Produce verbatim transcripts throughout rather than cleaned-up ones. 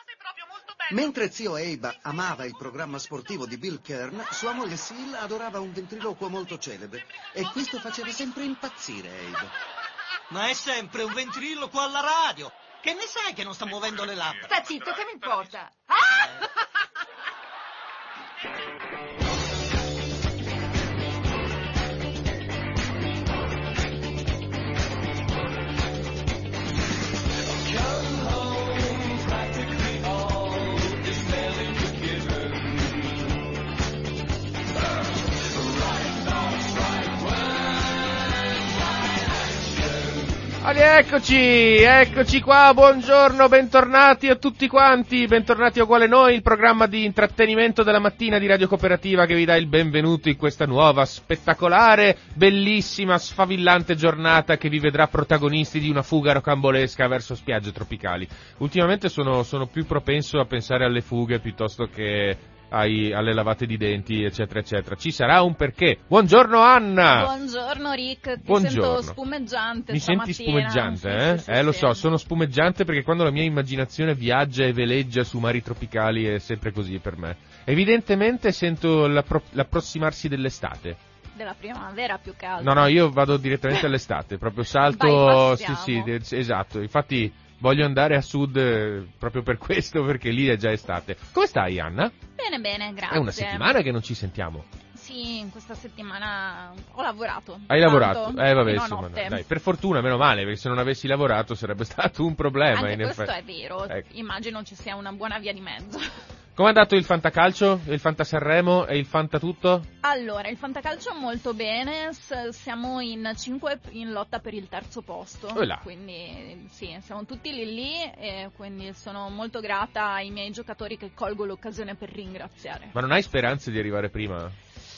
Mentre zio Abe amava il programma sportivo di Bill Kern, sua moglie Sil adorava un ventriloquo molto celebre e questo faceva sempre impazzire Abe. Ma è sempre un ventriloquo alla radio! Che ne sai che non sta muovendo le labbra? Sta zitto, che mi importa? Ah! Eccoci, eccoci qua, buongiorno, bentornati a tutti quanti, bentornati a Uguale Noi, il programma di intrattenimento della mattina di Radio Cooperativa che vi dà il benvenuto in questa nuova, spettacolare, bellissima, sfavillante giornata che vi vedrà protagonisti di una fuga rocambolesca verso spiagge tropicali. Ultimamente sono, sono più propenso a pensare alle fughe piuttosto che ai, alle lavate di denti, eccetera, eccetera. Ci sarà un perché. Buongiorno Anna! Buongiorno Rick, ti Buongiorno. sento spumeggiante. Mi stamattina. senti spumeggiante, eh? Sì, sì, eh, sì, lo sì. so, sono spumeggiante perché quando la mia immaginazione viaggia e veleggia su mari tropicali è sempre così per me. Evidentemente sento l'appro- l'approssimarsi dell'estate. Della primavera più calda. No, no, io vado direttamente all'estate, proprio salto, sì, Bypassiamo. sì, de- esatto, infatti voglio andare a sud eh, proprio per questo, perché lì è già estate. Come stai, Anna? Bene, bene, grazie. È una settimana che non ci sentiamo. Sì, in questa settimana ho lavorato. Hai tanto, lavorato? Eh vabbè, fino a insomma, notte. dai, per fortuna, meno male, perché se non avessi lavorato sarebbe stato un problema. Anche in questo effetti. è vero, Ecco. immagino ci sia una buona via di mezzo. Com'è andato il Fantacalcio, il Fantasanremo e il Fantatutto? Allora, il fantacalcio molto bene, s- siamo in cinque in lotta per il terzo posto, Oh là. quindi sì, siamo tutti lì lì e quindi sono molto grata ai miei giocatori che colgo l'occasione per ringraziare. Ma non hai speranze di arrivare prima?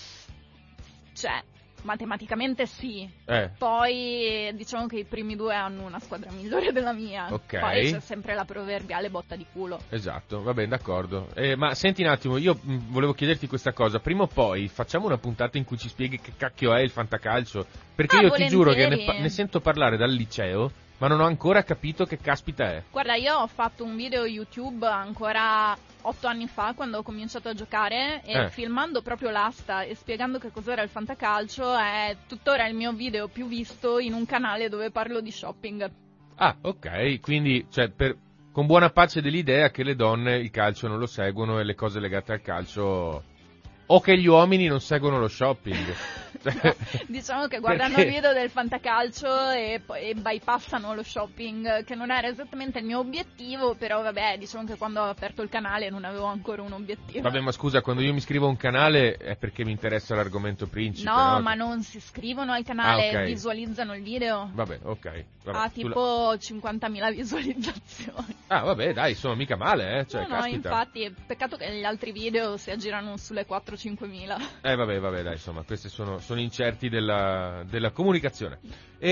Cioè, matematicamente sì, Eh, poi diciamo che i primi due hanno una squadra migliore della mia, Ok. poi c'è sempre la proverbiale botta di culo. esatto, va bene, d'accordo. Eh, ma senti un attimo, io mh, volevo chiederti questa cosa. Prima o poi facciamo una puntata in cui ci spieghi che cacchio è il Fantacalcio? Perché Ah, io ti giuro che ne, volentieri. pa- ne sento parlare dal liceo, ma non ho ancora capito che caspita è. Guarda, io ho fatto un video YouTube ancora otto anni fa quando ho cominciato a giocare e Eh. filmando proprio l'asta e spiegando che cos'era il fantacalcio è tuttora il mio video più visto in un canale dove parlo di shopping. Ah, ok, quindi cioè, per, con buona pace dell'idea che le donne il calcio non lo seguono e le cose legate al calcio... O che gli uomini non seguono lo shopping. No, diciamo che guardano Perché? il video del fantacalcio e, poi- e bypassano lo shopping, che non era esattamente il mio obiettivo, però vabbè, diciamo che quando ho aperto il canale non avevo ancora un obiettivo. Vabbè, ma scusa, quando io mi iscrivo a un canale è perché mi interessa l'argomento principe, No, no? ma non si iscrivono al canale, Ah, ok. visualizzano il video. Vabbè, ok. Vabbè, Ha tu la- tipo cinquantamila visualizzazioni. Ah, vabbè, dai, insomma, mica male, eh. Cioè, no, no, caspita. infatti, peccato che gli altri video si aggirano sulle quattro cinquemila. Eh, vabbè, vabbè, dai, insomma, questi sono, sono incerti della, della comunicazione.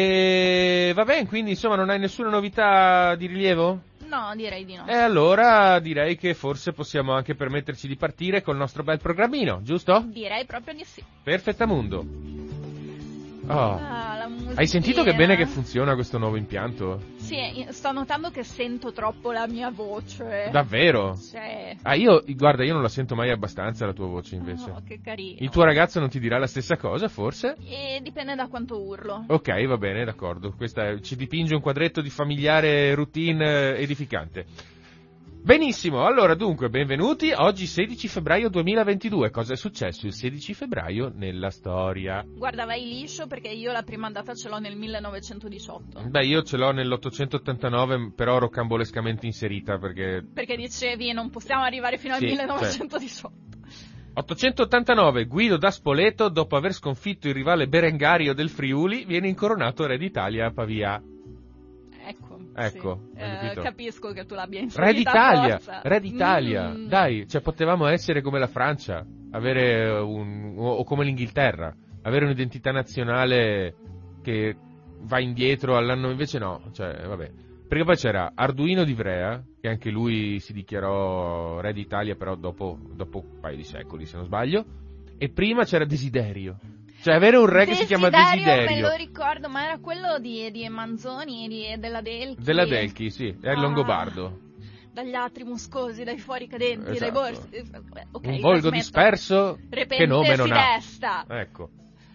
E va bene, quindi, insomma, non hai nessuna novità di rilievo? No, direi di no. E allora direi che forse possiamo anche permetterci di partire col nostro bel programmino, giusto? Direi proprio di sì. Perfettamundo. Oh. Ah, la musichina. Hai sentito che bene che funziona questo nuovo impianto? Sì, sto notando che sento troppo la mia voce. Davvero? Cioè, Ah, io, guarda, io non la sento mai abbastanza la tua voce invece. oh, che carino. Il tuo ragazzo non ti dirà la stessa cosa, forse? E dipende da quanto urlo. Ok, va bene, d'accordo. Questa è- ci dipinge un quadretto di familiare routine eh, edificante. Benissimo, allora dunque, benvenuti. Oggi sedici febbraio duemilaventidue. Cosa è successo il sedici febbraio nella storia? Guarda, vai liscio perché io la prima data ce l'ho nel millenovecentodiciotto. Beh, io ce l'ho nell'ottocentottantanove, però rocambolescamente inserita perché... Perché dicevi non possiamo arrivare fino al Sì, millenovecentodiciotto. ottocentottantanove, Guido da Spoleto, dopo aver sconfitto il rivale Berengario del Friuli, viene incoronato re d'Italia a Pavia. Ecco, Ecco, sì. hai Eh, capito? capisco che tu l'abbia Re inserita d'Italia, apposta. Re d'Italia, Mm. dai, cioè potevamo essere come la Francia, avere un, o o come l'Inghilterra, avere un'identità nazionale che va indietro all'anno, invece no, cioè vabbè. Perché poi c'era Arduino di Ivrea, che anche lui si dichiarò Re d'Italia, però dopo, dopo un paio di secoli, se non sbaglio, e prima c'era Desiderio. Cioè avere un re che si chiama Desiderio. Me lo ricordo, ma era quello di, di Manzoni, di, della Delchi. Della Delchi, sì, è il Ah. Longobardo. dagli atri muscosi, dai fuori cadenti, Esatto. dai borsi. Okay, un volgo smetto. disperso Repente che nome non si ha. desta. Ecco.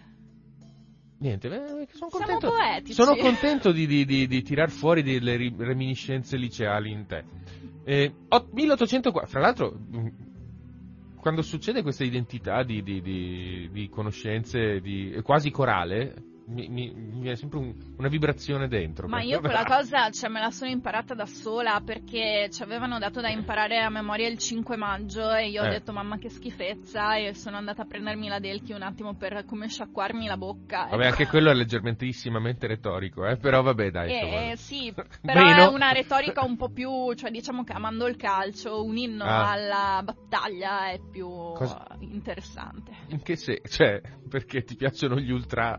Niente, eh, sono Siamo contento, poetici. sono contento di, di, di, di tirar fuori delle ri- reminiscenze liceali in te. Eh, ot- milleottocentoquattro, fra l'altro, mh, quando succede questa identità di, di, di, di conoscenze di, quasi corale, mi, mi, mi viene sempre un, una vibrazione dentro. Ma io quella cosa, cioè, me la sono imparata da sola perché ci avevano dato da imparare a memoria il cinque maggio e io ho Eh. detto mamma che schifezza e sono andata a prendermi la Delchi un attimo per come sciacquarmi la bocca. Vabbè, anche quello è leggermentissimamente retorico, eh? Però vabbè, dai. Eh, insomma. eh, sì, però Meno. è una retorica un po' più, cioè diciamo che amando il calcio, un inno Ah. alla battaglia è più Cosa- interessante. In che senso? Cioè, perché ti piacciono gli ultra...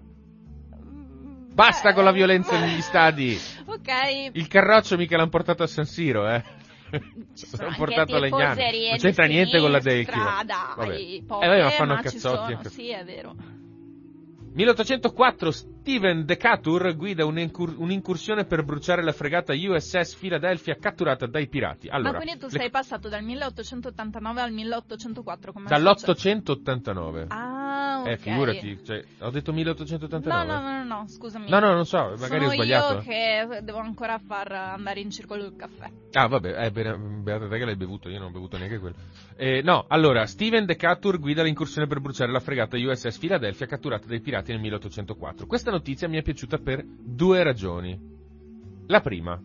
Basta Eh, con la violenza negli stadi! Ok. Il Carroccio mica l'hanno portato a San Siro, eh? Ci sono L'hanno anche portato a Legnano. tifoserie Non c'entra di niente con la sinistra, Delchio. dai, Vabbè. poche, Eh, vabbè, ma fanno ci cazzotti sono, anche- sì, è vero. milleottocentoquattro Steven Decatur guida un'incur- un'incursione per bruciare la fregata U S S Philadelphia catturata dai pirati. Allora, Ma quindi tu le- sei passato dal milleottocentottantanove al milleottocentoquattro come dall'ottocentottantanove. Ah, ok. Eh, figurati, cioè, ho detto milleottocentottantanove. No, no, no, no, no, scusami. No, no, non so, magari Sono ho sbagliato. io che devo ancora far andare in circolo il caffè. Ah, vabbè, eh, bene, beata te che l'hai bevuto, io non ho bevuto neanche quello. Eh, no, allora, Steven Decatur guida l'incursione per bruciare la fregata U S S Philadelphia catturata dai pirati nel milleottocentoquattro. Questa notizia mi è piaciuta per due ragioni. La prima,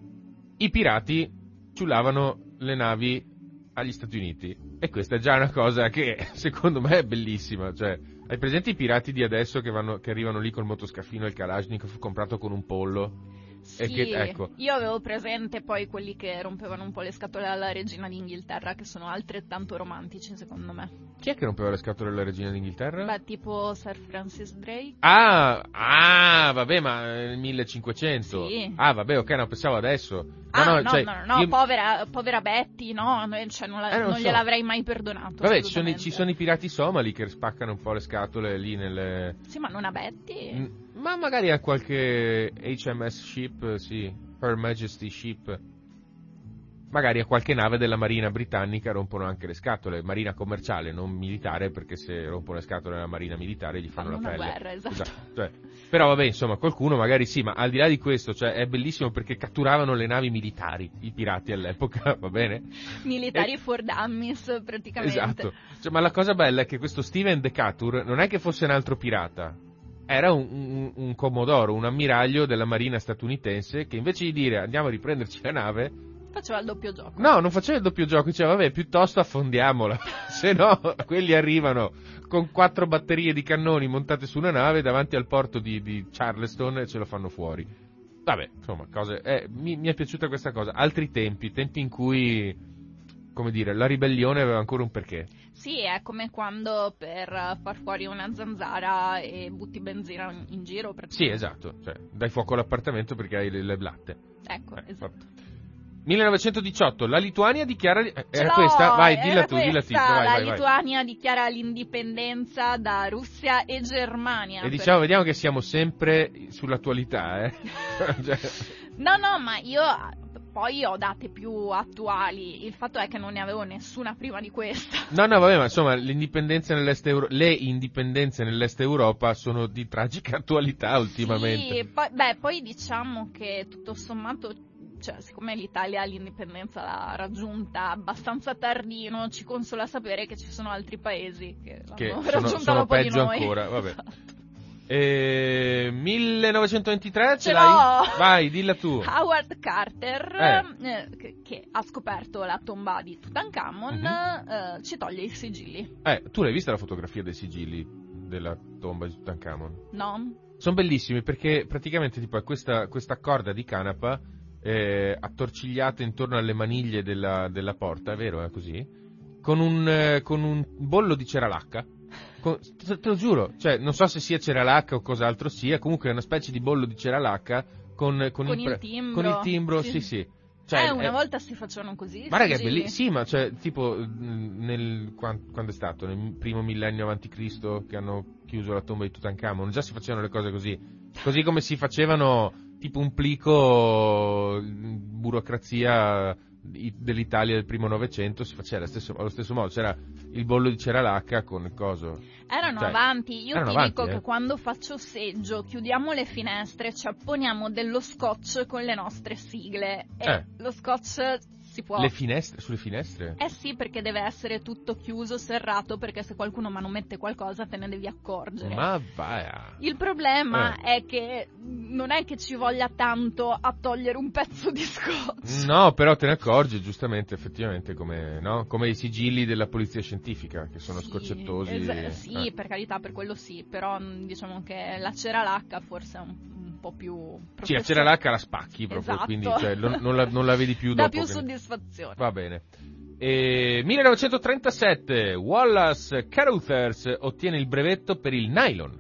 i pirati ciullavano le navi agli Stati Uniti, e questa è già una cosa che secondo me è bellissima, cioè, hai presenti i pirati di adesso che, vanno, che arrivano lì col motoscafino e il Kalashnikov comprato con un pollo? Sì, E che- ecco. io avevo presente poi quelli che rompevano un po' le scatole alla regina d'Inghilterra, che sono altrettanto romantici secondo me. Chi è che rompeva le scatole della regina d'Inghilterra? Beh, tipo Sir Francis Drake. Ah, ah, vabbè, ma nel millecinquecento. Sì. Ah, vabbè, ok, no, pensavo adesso. No, Ah, no, cioè, no, no, no, io- povera, povera Betty, no, no, cioè non, la- Eh, non non so. gliel'avrei mai perdonato. Vabbè, ci sono, i- assolutamente. ci sono i pirati somali che spaccano un po' le scatole lì nelle... Sì, ma non a Betty. Mm, ma magari a qualche H M S ship, sì, Her Majesty ship. Magari a qualche nave della marina britannica rompono anche le scatole, marina commerciale, non militare, perché se rompono le scatole nella marina militare gli fanno, Fanno la una pelle. guerra, esatto. Cioè, però vabbè, insomma, qualcuno magari sì, ma al di là di questo, cioè, è bellissimo perché catturavano le navi militari, i pirati all'epoca, va bene? Militari E- for dummies, praticamente. Esatto. Cioè, ma la cosa bella è che questo Steven Decatur non è che fosse un altro pirata, era un, un, un commodoro, un ammiraglio della marina statunitense che invece di dire andiamo a riprenderci la nave, Faceva il doppio gioco. no, non faceva il doppio gioco, diceva vabbè, piuttosto affondiamola, se no quelli arrivano con quattro batterie di cannoni montate su una nave davanti al porto di, di Charleston e ce lo fanno fuori. Vabbè, insomma, cose, eh, mi, mi è piaciuta questa cosa. Altri tempi, tempi in cui, come dire, la ribellione aveva ancora un perché. Sì, è come quando per far fuori una zanzara e butti benzina in, in giro. Sì, praticamente. esatto, cioè, dai fuoco all'appartamento perché hai le, le blatte. Ecco, Eh, esatto. millenovecentodiciotto, la Lituania dichiara... eh, Ce Era l'ho, questa? Vai, era dilla tu, dilla tu, questa, vai, la vai, vai. Lituania dichiara l'indipendenza da Russia e Germania. E per- diciamo, vediamo che siamo sempre sull'attualità, eh. Cioè, No, no, ma io poi ho date più attuali. Il fatto è che non ne avevo nessuna prima di questa. no, no, vabbè, ma insomma, l'indipendenza nell'est Euro- le indipendenze nell'est Europa sono di tragica attualità ultimamente. Sì, poi, beh, poi diciamo che tutto sommato, cioè, siccome l'Italia l'indipendenza l'ha raggiunta abbastanza tardino, ci consola sapere che ci sono altri paesi che l'hanno Che sono, raggiunta sono dopo peggio di noi. ancora, vabbè. Esatto. E... millenovecentoventitré ce, Ce l'hai? l'ho! Vai, dilla tu. Howard Carter, Eh. eh, che, che ha scoperto la tomba di Tutankhamon, Mhm. eh, ci toglie i sigilli, Eh, tu l'hai vista la fotografia dei sigilli della tomba di Tutankhamon? no? Sono bellissimi perché praticamente tipo è questa, questa corda di canapa eh, attorcigliata intorno alle maniglie della, della porta, è vero, è così? Con un, eh, con un bollo di ceralacca. Con, te, te lo giuro, cioè non so se sia ceralacca o cos'altro sia, comunque è una specie di bollo di ceralacca con, con, Con pre- il timbro. con il timbro, sì Sì. sì. Cioè, eh, una è- volta si facevano così. i Guarda che è sigilli. bellissimo, sì, ma cioè, tipo, mh, nel, quan- quando è stato? Nel primo millennio avanti Cristo che hanno chiuso la tomba di Tutankhamon, già si facevano le cose così, così come si facevano tipo un plico, mh, burocrazia dell'Italia del primo Novecento si faceva allo stesso, allo stesso modo, c'era il bollo di Ceralacca con il coso. Erano cioè, avanti, io erano ti avanti, dico eh. che quando faccio seggio chiudiamo le finestre, ci apponiamo dello scotch con le nostre sigle e Eh. lo scotch si può... Le finestre, sulle finestre? Eh sì, perché deve essere tutto chiuso, serrato, perché se qualcuno manomette qualcosa te ne devi accorgere. Ma vai. Il problema Eh. è che non è che ci voglia tanto a togliere un pezzo di scotch. No, però te ne accorgi, giustamente, effettivamente, come, no? Come i sigilli della polizia scientifica, che sono Sì, scoccettosi. es- sì, eh. per carità, per quello sì, però mh, diciamo che la Ceralacca forse è un, un po' più... Sì, la professionale. Ceralacca la spacchi proprio, Esatto. quindi cioè, non, non la, non la vedi più Dà dopo. più che- soddisfazione. Va bene. E millenovecentotrentasette, Wallace Caruthers ottiene il brevetto per il nylon.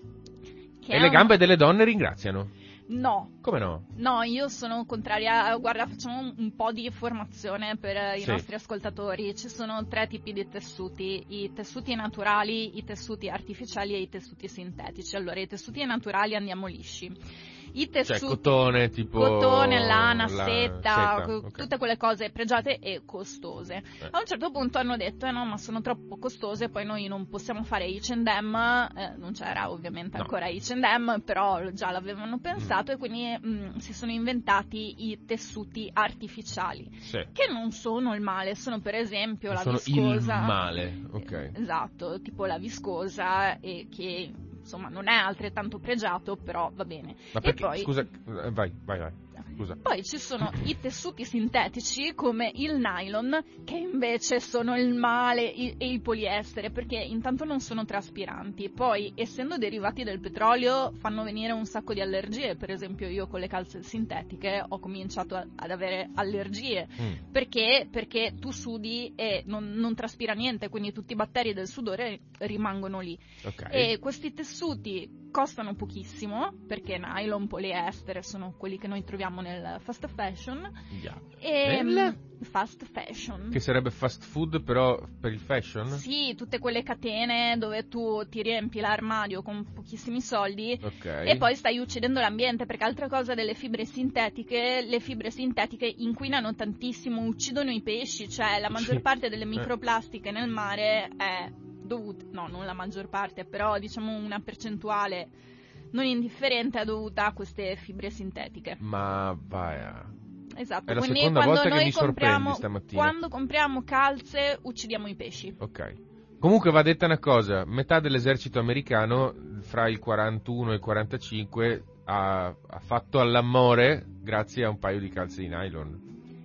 Che E è le un- gambe delle donne ringraziano. No, Come no? no, io sono contraria. Guarda, facciamo un, un po' di formazione per eh, i Sì. nostri ascoltatori. Ci sono tre tipi di tessuti: i tessuti naturali, i tessuti artificiali e i tessuti sintetici. Allora, i tessuti naturali andiamo lisci. I Cioè, tessuti cotone, tipo... cotone, lana, la- seta, seta, co- ok. tutte quelle cose pregiate e costose. Eh. A un certo punto hanno detto eh no, ma sono troppo costose, poi noi non possiamo fare H and M, eh, non c'era ovviamente No. ancora H and M, però già l'avevano pensato e quindi mh, si sono inventati i tessuti artificiali, Sì. che non sono il male, sono per esempio la Sono viscosa. il male, ok. Eh, Esatto, tipo la viscosa e che insomma non è altrettanto pregiato, però va bene. Ma E perché, poi- scusa, eh, vai, vai, vai, scusa. Poi ci sono i tessuti sintetici come il nylon, che invece sono il male i- e il poliestere, perché intanto non sono traspiranti, poi essendo derivati del petrolio fanno venire un sacco di allergie. Per esempio io con le calze sintetiche ho cominciato a- ad avere allergie. Mm. Perché? Perché tu sudi e non, non traspira niente, quindi tutti i batteri del sudore rimangono lì. Ok. E questi tessuti costano pochissimo, perché nylon, poliestere sono quelli che noi troviamo nel fast fashion. Yeah. E Nel? fast fashion. Che sarebbe fast food però per il fashion? Sì, tutte quelle catene dove tu ti riempi l'armadio con pochissimi soldi Ok. e poi stai uccidendo l'ambiente, perché altra cosa delle fibre sintetiche, le fibre sintetiche inquinano tantissimo, uccidono i pesci, cioè la maggior Sì. parte delle Eh. microplastiche nel mare è dovuta, no, non la maggior parte, però diciamo una percentuale non indifferente è dovuta a queste fibre sintetiche. Ma vai a... Esatto, È la quindi seconda quando volta che noi mi sorprendi compriamo, stamattina. quando compriamo calze uccidiamo i pesci. Ok. Comunque va detta una cosa, metà dell'esercito americano fra il quarantuno e il quarantacinque ha, ha fatto all'amore grazie a un paio di calze di nylon.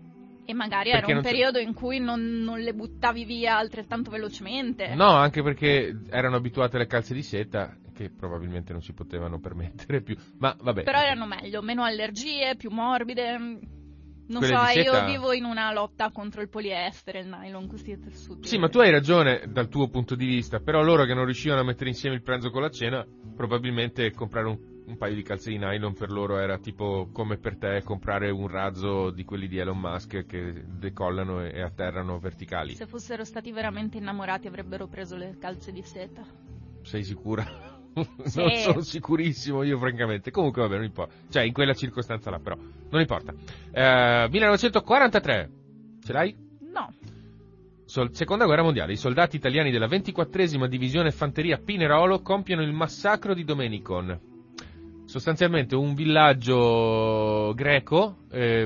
E magari Perché era un non c'è- periodo in cui non, non le buttavi via altrettanto velocemente. No, anche perché erano abituate alle calze di seta, che probabilmente non si potevano permettere più. Ma vabbè. Però erano meglio, meno allergie, più morbide. Non Quelle so, di seta- io vivo in una lotta contro il poliestere, il nylon, questi tessuti. Sì, ma tu hai ragione dal tuo punto di vista, però loro che non riuscivano a mettere insieme il pranzo con la cena, probabilmente comprare un, un paio di calze di nylon per loro era tipo come per te comprare un razzo di quelli di Elon Musk che decollano e, e atterrano verticali. Se fossero stati veramente innamorati avrebbero preso le calze di seta. Sei sicura? Sì. Non sono sicurissimo io francamente. Comunque vabbè, non importa. Cioè in quella circostanza là però, non importa. Eh, millenovecentoquarantatré, ce l'hai? No. Sol- Seconda guerra mondiale, i soldati italiani della ventiquattresima divisione fanteria Pinerolo compiono il massacro di Domenicon. Sostanzialmente un villaggio greco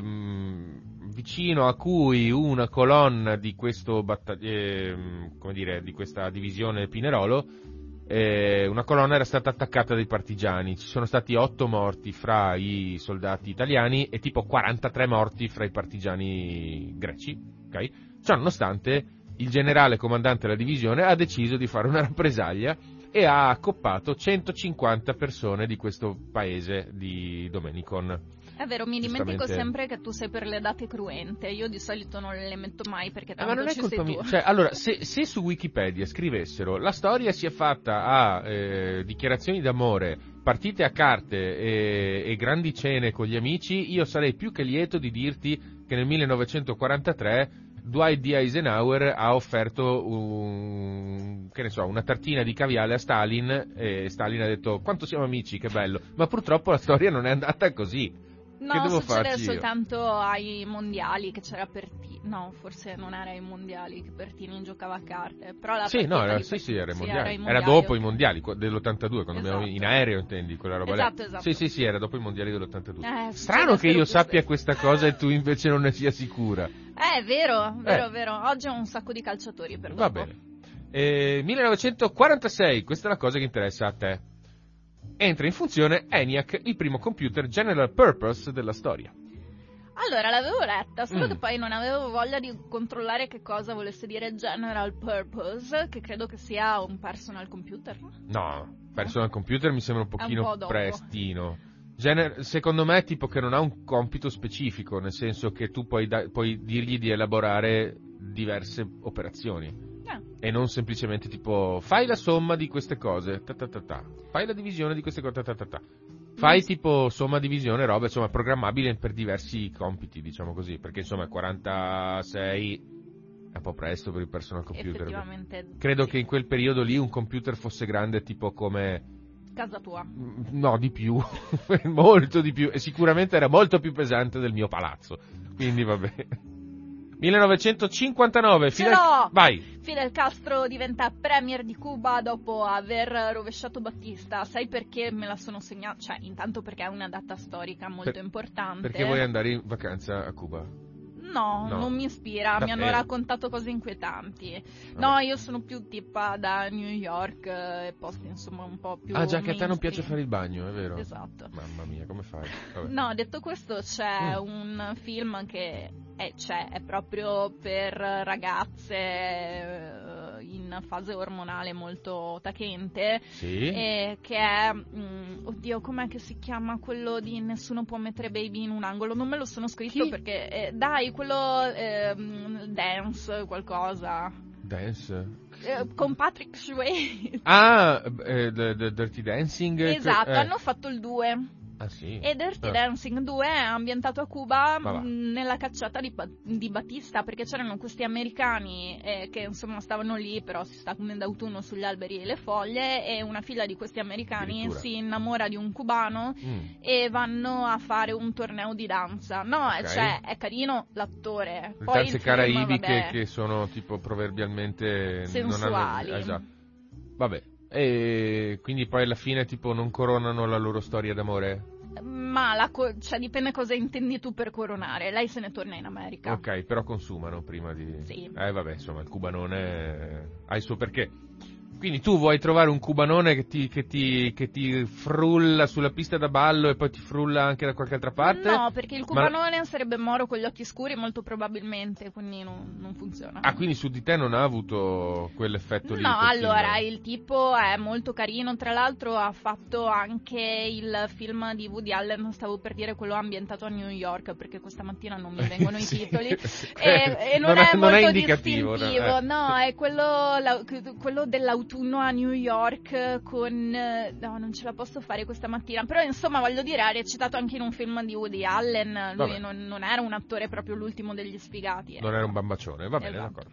ehm, vicino a cui una colonna di questo battag- ehm, come dire, di questa divisione Pinerolo, eh, una colonna era stata attaccata dai partigiani. Ci sono stati otto morti fra i soldati italiani e tipo quarantatré morti fra i partigiani greci, ok? Ciò nonostante, il generale comandante della divisione ha deciso di fare una rappresaglia e ha accoppato centocinquanta persone di questo paese di Domenicon. È vero, mi dimentico Giustamente- sempre che tu sei per le date cruente. Io di solito non le metto mai perché Eh, tanto ma non è ci colpa sei mia. tu. Cioè, allora, se, se su Wikipedia scrivessero la storia si è fatta a eh, dichiarazioni d'amore, partite a carte e, e grandi cene con gli amici, io sarei più che lieto di dirti che nel millenovecentoquarantatré Dwight D. Eisenhower ha offerto un, che ne so, una tartina di caviale a Stalin e Stalin ha detto quanto siamo amici, che bello, ma purtroppo la storia non è andata così. No, che devo succede farci io? soltanto ai mondiali che c'era Pertini. No, forse non era ai mondiali che Pertini giocava a carte. Però la Sì, no, partita era, di sì, Pertini- sì, era, i sì, mondiali. era, i Era mondiali, dopo ok. i mondiali que- dell'ottantadue, quando Esatto. abbiamo in aereo, intendi, quella roba là. Esatto, esatto. Sì, sì, sì, era dopo i mondiali dell'ottantadue. Eh, Strano che succede io sempre sappia più questa cosa e tu invece non ne sia sicura. Eh, è vero, vero, Eh. vero. Oggi ho un sacco di calciatori per Va dopo. bene. Eh, millenovecentoquarantasei, questa è la cosa che interessa a te. Entra in funzione ENIAC, il primo computer general purpose della storia. Allora, l'avevo letta, solo Mm. che poi non avevo voglia di controllare che cosa volesse dire general purpose, che credo che sia un personal computer. No, personal computer mi sembra un È un pochino po' dopo. prestino. Gener- secondo me è tipo che non ha un compito specifico, nel senso che tu puoi, da- puoi dirgli di elaborare diverse operazioni. Eh. E non semplicemente tipo fai la somma di queste cose, ta ta ta ta. Fai la divisione di queste cose, ta ta ta ta. Fai tipo somma, divisione, roba, insomma, programmabile per diversi compiti, diciamo così, perché insomma quarantasei è un po' presto per il personal computer. Effettivamente. Credo sì. che in quel periodo lì un computer fosse grande tipo come... Casa tua. No, di più, molto di più, e sicuramente era molto più pesante del mio palazzo, quindi vabbè. millenovecentocinquantanove, Ce Fidel... l'ho! Vai! Fidel Castro diventa premier di Cuba dopo aver rovesciato Battista. Sai perché me la sono segnata? Cioè, intanto perché è una data storica molto Per- importante. Perché vuoi andare in vacanza a Cuba? No, No. non mi ispira, mi Davvero? hanno raccontato cose inquietanti. Vabbè. No, io sono più tipa da New York eh, e posti insomma un po' più Ah, già che a te non mainstream. piace fare il bagno, è vero? Esatto. Mamma mia, come fai? Vabbè. No, detto questo c'è Mm. un film che è, c'è, è proprio per ragazze eh, in fase ormonale molto tachente. Sì? E che è, mm, oddio, com'è che si chiama quello di Nessuno può mettere baby in un angolo? Non me lo sono scritto Chi? perché, eh, dai, quello ehm, Dance, qualcosa, Dance? eh, con Patrick Swayze. Ah, eh, the- the Dirty Dancing? Esatto, eh. hanno fatto il due. Ah sì? E Dirty Ah. Dancing due è ambientato a Cuba Ma va. mh, nella cacciata di, Ba- di Battista, perché c'erano questi americani eh, che insomma stavano lì, però si sta come d'autunno sugli alberi e le foglie, e una figlia di questi americani Addirittura. si innamora di un cubano Mm. e vanno a fare un torneo di danza. No, Ok. cioè, è carino l'attore. Le Poi danze il film, caraibiche vabbè, che sono tipo proverbialmente sensuali. non hanno... esatto. Vabbè, e quindi poi alla fine tipo non coronano la loro storia d'amore? Ma la co- cioè, dipende cosa intendi tu per coronare. Lei se ne torna in America. Ok, però consumano prima di... Sì. Eh vabbè, insomma, il cubanone ha il suo perché. Quindi tu vuoi trovare un cubanone che ti, che ti, che ti frulla sulla pista da ballo e poi ti frulla anche da qualche altra parte? No, perché il Ma- cubanone sarebbe moro con gli occhi scuri molto probabilmente, quindi non, non funziona. Ah, quindi su di te non ha avuto quell'effetto lì? No, quel allora, film? il tipo è molto carino, tra l'altro ha fatto anche il film di Woody Allen, stavo per dire quello ambientato a New York, perché questa mattina non mi vengono i Sì. titoli, e, e non, Non è è- non è molto indicativo, no, distintivo, eh. no, è quello, la- quello dell'autunno a New York con... eh, no, non ce la posso fare questa mattina, però insomma voglio dire, ha recitato anche in un film di Woody Allen, lui Vabbè. non, non era un attore proprio l'ultimo degli sfigati. Non ecco. era un bambaccione, va bene, Esatto. d'accordo.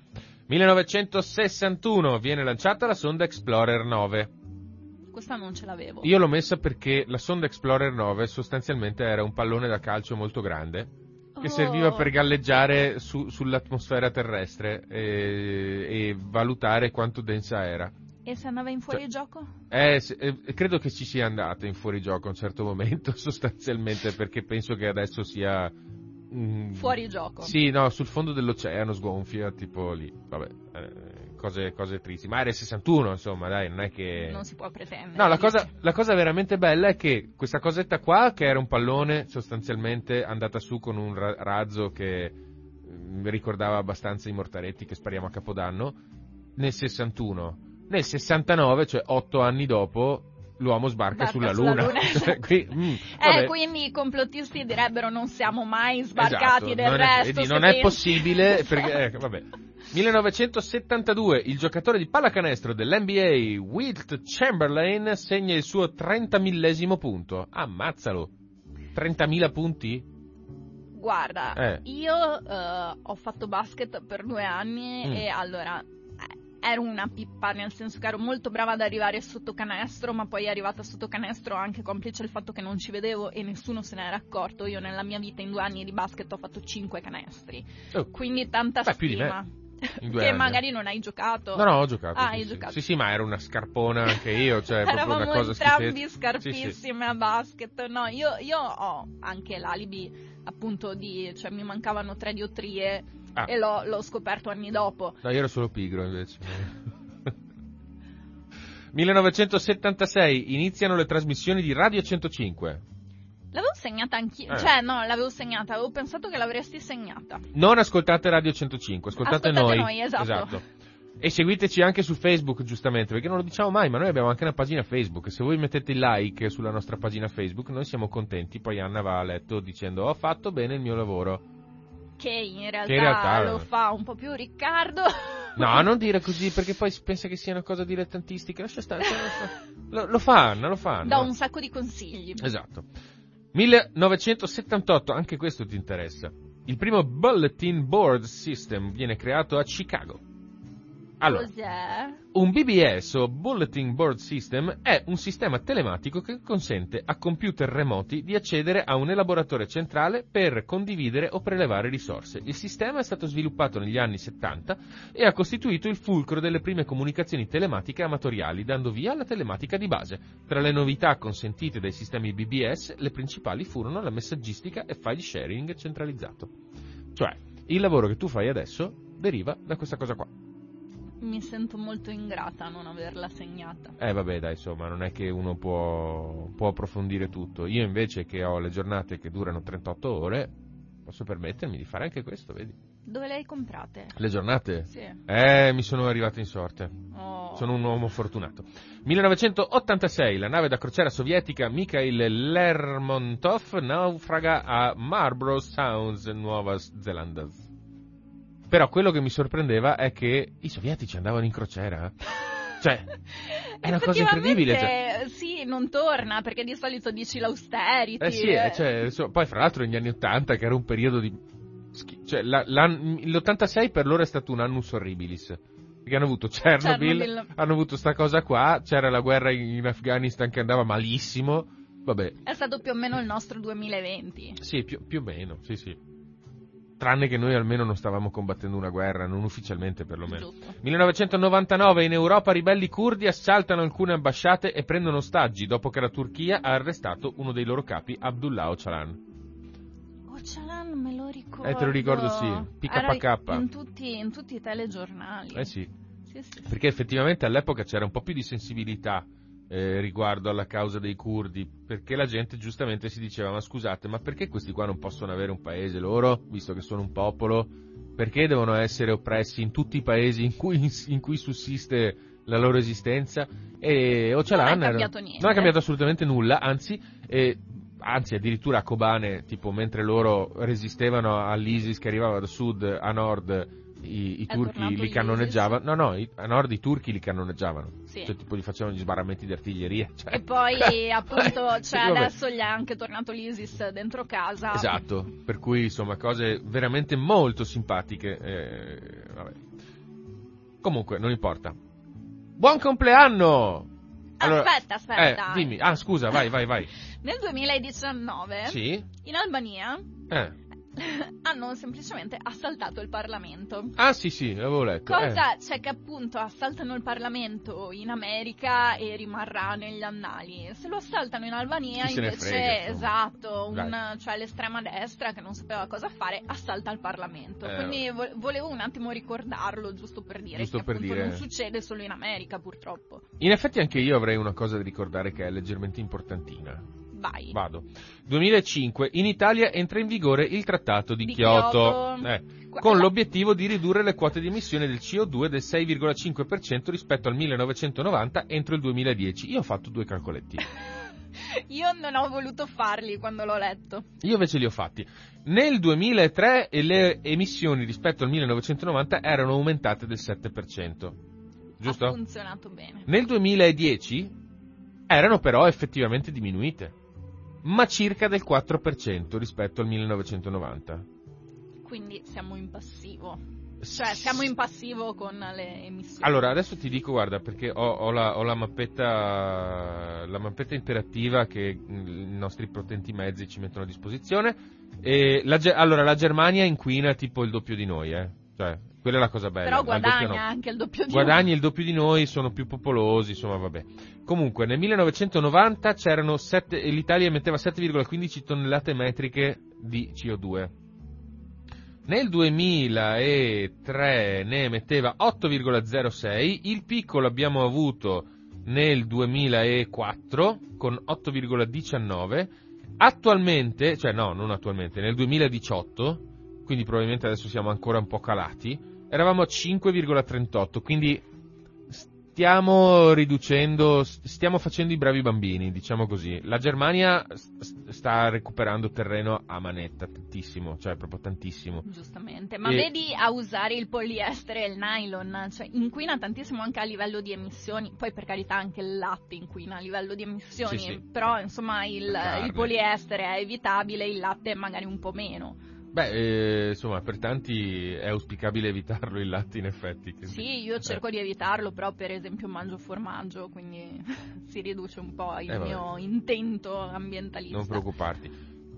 millenovecentosessantuno viene lanciata la sonda Explorer nove. Questa non ce l'avevo. Io l'ho messa perché la sonda Explorer nove sostanzialmente era un pallone da calcio molto grande che Oh. serviva per galleggiare su- sull'atmosfera terrestre e, e valutare quanto densa era. E se andava in fuorigioco? Eh, se- eh, credo che ci sia andata in fuorigioco a un certo momento, sostanzialmente, perché penso che adesso sia... mm, Fuori gioco. Sì, no, sul fondo dell'oceano sgonfia, tipo lì, vabbè, eh, cose, cose tristi. Ma era il sessantuno, insomma, dai, non è che... Non si può pretendere. No, la cosa, dici. la cosa veramente bella è che questa cosetta qua, che era un pallone, sostanzialmente andata su con un ra- razzo che mm, mi ricordava abbastanza i mortaretti che spariamo a Capodanno, nel sessantuno. Nel sessantanove, cioè otto anni dopo, l'uomo sbarca Sbarca sulla sulla Luna. Luna, Cioè, qui, mm, Eh, vabbè. quindi i complottisti direbbero non siamo mai sbarcati Esatto, del non è, resto. vedi, se non è pensi. possibile perché, eh, vabbè. millenovecentosettantadue, il giocatore di pallacanestro dell'N B A, Wilt Chamberlain, segna il suo trentamillesimo punto. Ammazzalo. trentamila punti? Guarda, Eh. io eh, ho fatto basket per due anni Mm. e allora eh, ero una pippa, nel senso che ero molto brava ad arrivare sotto canestro, ma poi è arrivata sotto canestro anche complice il fatto che non ci vedevo e nessuno se ne era accorto. Io nella mia vita in due anni di basket ho fatto cinque canestri, Oh. quindi tanta Beh, più di stima. me. In due Che anni. magari non hai giocato. No, no, ho giocato. Ah, sì, hai sì. giocato. Sì, sì, ma ero una scarpona anche io, cioè proprio Eravamo una cosa entrambi schifezza. scarpissime Sì, sì. a basket. No, io, io ho anche l'alibi appunto di, cioè mi mancavano tre diottrie Ah. e l'ho, l'ho scoperto anni dopo. No, io ero solo pigro invece. millenovecentosettantasei iniziano le trasmissioni di Radio centocinque. L'avevo segnata anch'io, Eh. cioè no, l'avevo segnata, avevo pensato che l'avresti segnata. Non ascoltate Radio centocinque, ascoltate, Ascoltate noi. noi, esatto. E seguiteci anche su Facebook, giustamente, perché non lo diciamo mai, ma noi abbiamo anche una pagina Facebook. Se voi mettete il like sulla nostra pagina Facebook, noi siamo contenti. Poi Anna va a letto dicendo: ho fatto bene il mio lavoro. Che in realtà, Che in realtà- lo fa un po' più Riccardo. No, non dire così, perché poi si pensa che sia una cosa dilettantistica. Lascia stare, cioè, lo, lo fanno, lo fanno. Dà un sacco di consigli. Esatto. millenovecentosettantotto, anche questo ti interessa. Il primo Bulletin Board System viene creato a Chicago. Allora, Cos'è? un B B S o Bulletin Board System è un sistema telematico che consente a computer remoti di accedere a un elaboratore centrale per condividere o prelevare risorse. Il sistema è stato sviluppato negli anni settanta e ha costituito il fulcro delle prime comunicazioni telematiche amatoriali, dando via alla telematica di base. Tra le novità consentite dai sistemi B B S, le principali furono la messaggistica e file sharing centralizzato. Cioè, il lavoro che tu fai adesso deriva da questa cosa qua. Mi sento molto ingrata a non averla segnata. Eh vabbè dai, insomma, non è che uno può, può approfondire tutto. Io invece che ho le giornate che durano trentotto ore, posso permettermi di fare anche questo, vedi? Dove le hai comprate? Le giornate? Sì. Eh, mi sono arrivate in sorte. Oh. Sono un uomo fortunato. millenovecentottantasei, la nave da crociera sovietica Mikhail Lermontov naufraga a Marlborough Sounds, Nuova Zelanda. Però quello che mi sorprendeva è che i sovietici andavano in crociera. Cioè, è una cosa incredibile. Cioè. Sì, non torna, perché di solito dici l'austerity. Eh sì, eh, cioè, so- poi fra l'altro negli anni ottanta, che era un periodo di... schi- Cioè, la- l'an- l'ottantasei per loro è stato un annus horribilis. Perché hanno avuto Chernobyl, Chernobyl. hanno avuto sta cosa qua, c'era la guerra in, in Afghanistan che andava malissimo. Vabbè, È stato più o meno il nostro duemilaventi. sì, più, più o meno, sì sì. Tranne che noi almeno non stavamo combattendo una guerra, non ufficialmente perlomeno. Giusto. millenovecentonovantanove in Europa ribelli curdi assaltano alcune ambasciate e prendono ostaggi dopo che la Turchia ha arrestato uno dei loro capi, Abdullah Öcalan. Öcalan me lo ricordo. Eh, te lo ricordo, sì. P K K. Era in tutti, in tutti i telegiornali. Eh sì, Sì, sì, sì. perché effettivamente all'epoca c'era un po' più di sensibilità eh, riguardo alla causa dei curdi, perché la gente giustamente si diceva: ma scusate, ma perché questi qua non possono avere un paese loro, visto che sono un popolo? Perché devono essere oppressi in tutti i paesi in cui, in cui sussiste la loro esistenza? E Öcalan Non è era- cambiato niente. non è cambiato assolutamente nulla, anzi, eh, anzi addirittura a Kobane, tipo mentre loro resistevano all'ISIS che arrivava da sud a nord, i, i È turchi tornato li l'ISIS. cannoneggiavano. No, no, i- a nord i turchi li cannoneggiavano. Sì. Cioè, tipo, gli facevano gli sbarramenti di artiglieria. Cioè. E poi appunto, cioè Vabbè. adesso gli è anche tornato l'ISIS dentro casa. Esatto, per cui insomma cose veramente molto simpatiche. eh, vabbè. Comunque, non importa. Buon compleanno! Aspetta, aspetta. Eh, dimmi. Ah, scusa, vai, vai, vai. Nel duemiladiciannove Sì? in Albania Eh. hanno semplicemente assaltato il Parlamento. Ah, sì, sì, l'avevo letto. Cosa eh. c'è che appunto assaltano il Parlamento in America e rimarrà negli annali? Se lo assaltano in Albania Chi se ne invece, frega, insomma. esatto, un, Dai. cioè l'estrema destra che non sapeva cosa fare assalta il Parlamento. Eh, Quindi vo- volevo un attimo ricordarlo giusto per dire Giusto che per appunto dire- non succede solo in America purtroppo. In effetti anche io avrei una cosa da ricordare che è leggermente importantina. Vai. Vado. duemilacinque, in Italia entra in vigore il Trattato di, Di Kyoto, Kyoto. eh, Qua- con la- l'obiettivo di ridurre le quote di emissione del C O due del sei virgola cinque per cento rispetto al millenovecentonovanta entro il duemiladieci. Io ho fatto due calcoletti. Io non ho voluto farli quando l'ho letto. Io invece li ho fatti. Nel duemilatré le emissioni rispetto al millenovecentonovanta erano aumentate del sette per cento. Giusto? Ha funzionato bene. Nel duemiladieci erano però effettivamente diminuite, ma circa del quattro per cento rispetto al millenovecentonovanta. Quindi siamo in passivo. Cioè, siamo in passivo con le emissioni. Allora, adesso ti dico, guarda, perché ho, ho, la, ho la mappetta la mappetta interattiva che i nostri potenti mezzi ci mettono a disposizione. E la, allora, la Germania inquina tipo il doppio di noi, eh. Cioè, quella è la cosa bella. Però guadagna no. anche il doppio di Guadagni noi. il doppio di noi, sono più popolosi, insomma, vabbè. Comunque, nel millenovecentonovanta c'erano sette, l'Italia emetteva sette virgola quindici tonnellate metriche di C O due. Nel duemilatré ne emetteva otto virgola zero sei, il picco l'abbiamo avuto nel duemilaquattro con otto virgola diciannove, attualmente, cioè no, non attualmente, nel duemiladiciotto, quindi probabilmente adesso siamo ancora un po' calati, eravamo a cinque virgola trentotto, quindi stiamo riducendo, stiamo facendo i bravi bambini, diciamo così. La Germania sta recuperando terreno a manetta, tantissimo, cioè proprio tantissimo. Giustamente, ma e... vedi a usare il poliestere e il nylon, cioè inquina tantissimo anche a livello di emissioni, poi per carità anche il latte inquina a livello di emissioni, sì, sì. Però insomma il, il poliestere è evitabile, il latte magari un po' meno. Beh, eh, insomma, per tanti è auspicabile evitarlo il latte, in effetti. Quindi, sì, io cerco eh. di evitarlo, però per esempio mangio formaggio, quindi si riduce un po' il eh, mio intento ambientalista. Non preoccuparti.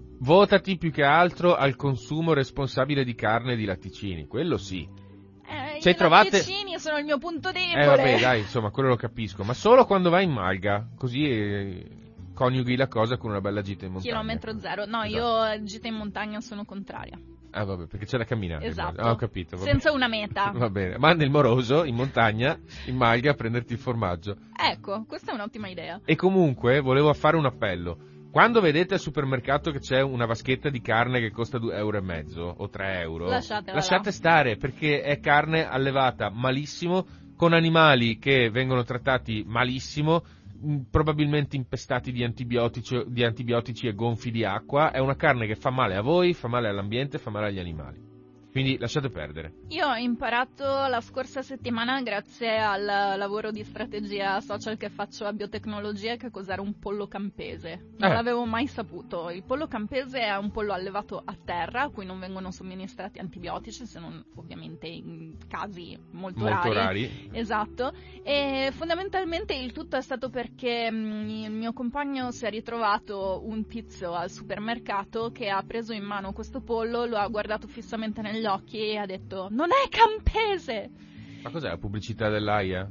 Votati più che altro al consumo responsabile di carne e di latticini, quello sì. Eh, Ci hai I trovate... latticini sono il mio punto debole. Eh vabbè, dai, insomma, quello lo capisco, ma solo quando vai in Malga, così... Eh... coniughi la cosa con una bella gita in montagna. Chilometro zero. No, esatto. Io gita in montagna sono contraria. Ah vabbè, perché c'è da camminare. Esatto. Ah, ho capito. Senza bene. una meta. Va bene. Manda il moroso in montagna, in Malga, a prenderti il formaggio. Ecco, questa è un'ottima idea. E comunque, volevo fare un appello. Quando vedete al supermercato che c'è una vaschetta di carne che costa due euro e mezzo o tre euro, Lasciatela lasciate là. stare, perché è carne allevata malissimo, con animali che vengono trattati malissimo, probabilmente impestati di antibiotici, di antibiotici e gonfi di acqua. È una carne che fa male a voi, fa male all'ambiente, fa male agli animali. Quindi lasciate perdere. Io ho imparato la scorsa settimana, grazie al lavoro di strategia social che faccio a Biotecnologia, che cos'era un pollo campese. Non eh. l'avevo mai saputo. Il pollo campese è un pollo allevato a terra, a cui non vengono somministrati antibiotici, se non ovviamente in casi molto, molto rari. rari. Esatto. E fondamentalmente il tutto è stato perché mh, il mio compagno si è ritrovato un tizio al supermercato che ha preso in mano questo pollo, lo ha guardato fissamente negli occhi e ha detto: non è campese! Ma cos'è la pubblicità dell'Aia?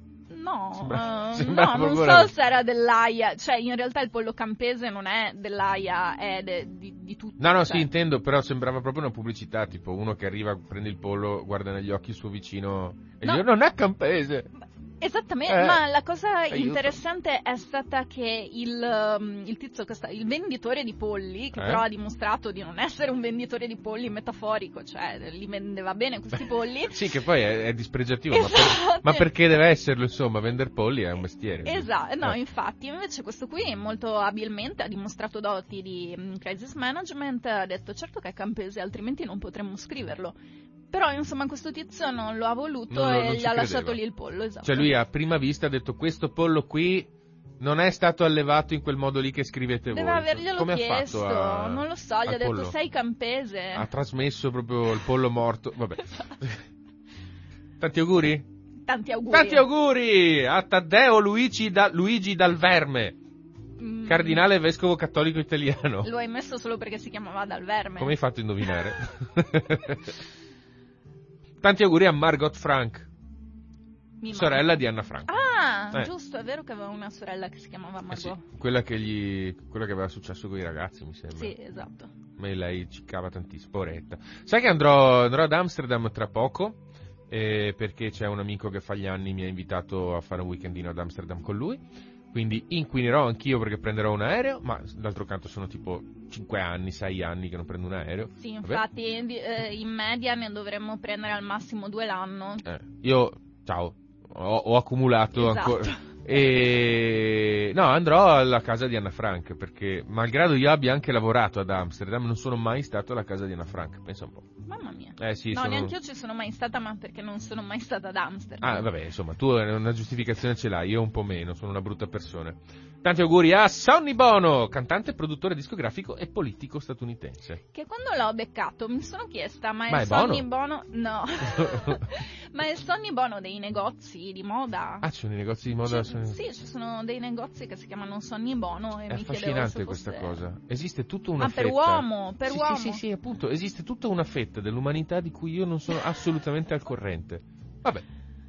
No, Sembra- uh, sembra no, non proprio la- so se era dell'Aia, cioè in realtà il pollo campese non è dell'Aia, è de- di, di tutto. No, no, cioè. sì, intendo, però sembrava proprio una pubblicità, tipo uno che arriva, prende il pollo, guarda negli occhi il suo vicino e No. dice: non è campese! Esattamente, Eh, ma la cosa aiuto. interessante è stata che il, um, il tizio, che sta, il venditore di polli, che Eh? però ha dimostrato di non essere un venditore di polli metaforico, cioè li vendeva bene questi polli. Sì, che poi è, è dispregiativo, ma, per- Esatto. ma perché deve esserlo, insomma, vender polli è un mestiere. Esatto, no, Eh. infatti, invece questo qui molto abilmente ha dimostrato doti di um, crisis management, ha detto certo che è campese, altrimenti non potremmo scriverlo. Però insomma questo tizio non lo ha voluto Non lo- e non gli ci ha credeva. lasciato lì il pollo, esatto. Cioè lui a prima vista ha detto: questo pollo qui non è stato allevato in quel modo lì che scrivete Deve voi. averglielo Come chiesto, ha fatto a... non lo so, gli al ha detto pollo? sei campese. Ha trasmesso proprio il pollo morto. Vabbè. Esatto. Tanti auguri? Tanti auguri. Tanti auguri a Taddeo Luigi, da, Luigi Dal Verme, Mm, cardinale e vescovo cattolico italiano. Lo hai messo solo perché si chiamava Dal Verme. Come hai fatto a indovinare? Tanti auguri a Margot Frank, Mi sorella manca. di Anna Frank. Ah, Eh. giusto, è vero che aveva una sorella che si chiamava Eh Margot. sì, quella che gli quella che aveva successo con i ragazzi, mi sembra. Sì, esatto. Ma lei ciccava tantissimo, poveretta. Sai che andrò, andrò ad Amsterdam tra poco, eh, perché c'è un amico che fa gli anni, mi ha invitato a fare un weekendino ad Amsterdam con lui. Quindi inquinerò anch'io perché prenderò un aereo, ma d'altro canto sono tipo cinque anni, sei anni che non prendo un aereo. Sì, Vabbè. infatti di- eh, in media ne dovremmo prendere al massimo due l'anno. Eh, io, ciao, ho, ho accumulato Esatto. ancora. E no, andrò alla casa di Anna Frank, perché malgrado io abbia anche lavorato ad Amsterdam, non sono mai stato alla casa di Anna Frank, pensa un po'. Mamma mia. Eh sì, no, sono... neanche io ci sono mai stata, ma perché non sono mai stata ad Amsterdam. Ah, vabbè, insomma, tu una giustificazione ce l'hai, io un po' meno, sono una brutta persona. Tanti auguri a Sonny Bono, cantante, produttore discografico e politico statunitense. Che quando l'ho beccato mi sono chiesta, ma è, ma è Sonny Bono? Bono? No. Ma è Sonny Bono dei negozi di moda? Ah, ci sono i negozi di moda? Ci, sì, ci sono dei negozi che si chiamano Sonny Bono e è mi chiedevo affascinante se questa fosse... cosa. Esiste tutta una Ma fetta. per uomo, per sì, uomo. Sì, sì, sì, appunto, esiste tutta una fetta dell'umanità di cui io non sono assolutamente al corrente. Vabbè.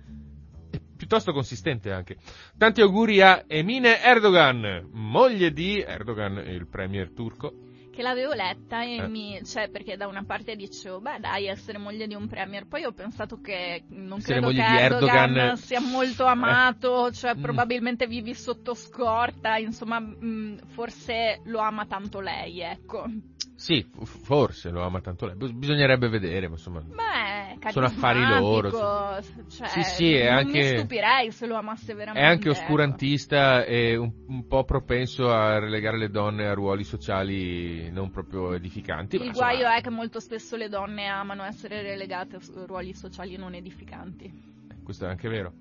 Piuttosto consistente anche. Tanti auguri a Emine Erdogan, moglie di Erdogan, il premier turco. Che l'avevo letta e eh. mi... cioè, perché da una parte dicevo, beh dai, essere moglie di un premier, poi ho pensato che non essere credo che moglie di Erdogan, Erdogan sia molto amato, eh. cioè mm. probabilmente vivi sotto scorta, insomma, mh, forse lo ama tanto lei, ecco. Sì, forse lo ama tanto lei, bisognerebbe vedere, ma insomma... Beh, sono affari loro. Cioè, sì, sì, è non anche, mi stupirei se lo amasse veramente. È anche oscurantista e un, un po' propenso a relegare le donne a ruoli sociali non proprio edificanti. Il ma guaio insomma, è che molto spesso le donne amano essere relegate a ruoli sociali non edificanti. Questo è anche vero.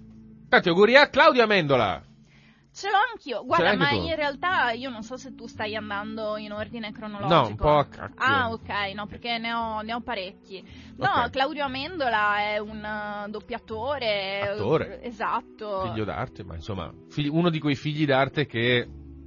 Tanti auguri a Claudio Amendola. Ce l'ho anch'io, guarda, anche ma tu. in realtà io non so se tu stai andando in ordine cronologico. No, un po' a cacchio. Ah, ok, no, perché ne ho, ne ho parecchi. No, Okay. Claudio Amendola è un uh, doppiatore. Attore. Esatto. Figlio d'arte, ma insomma, figli- uno di quei figli d'arte che,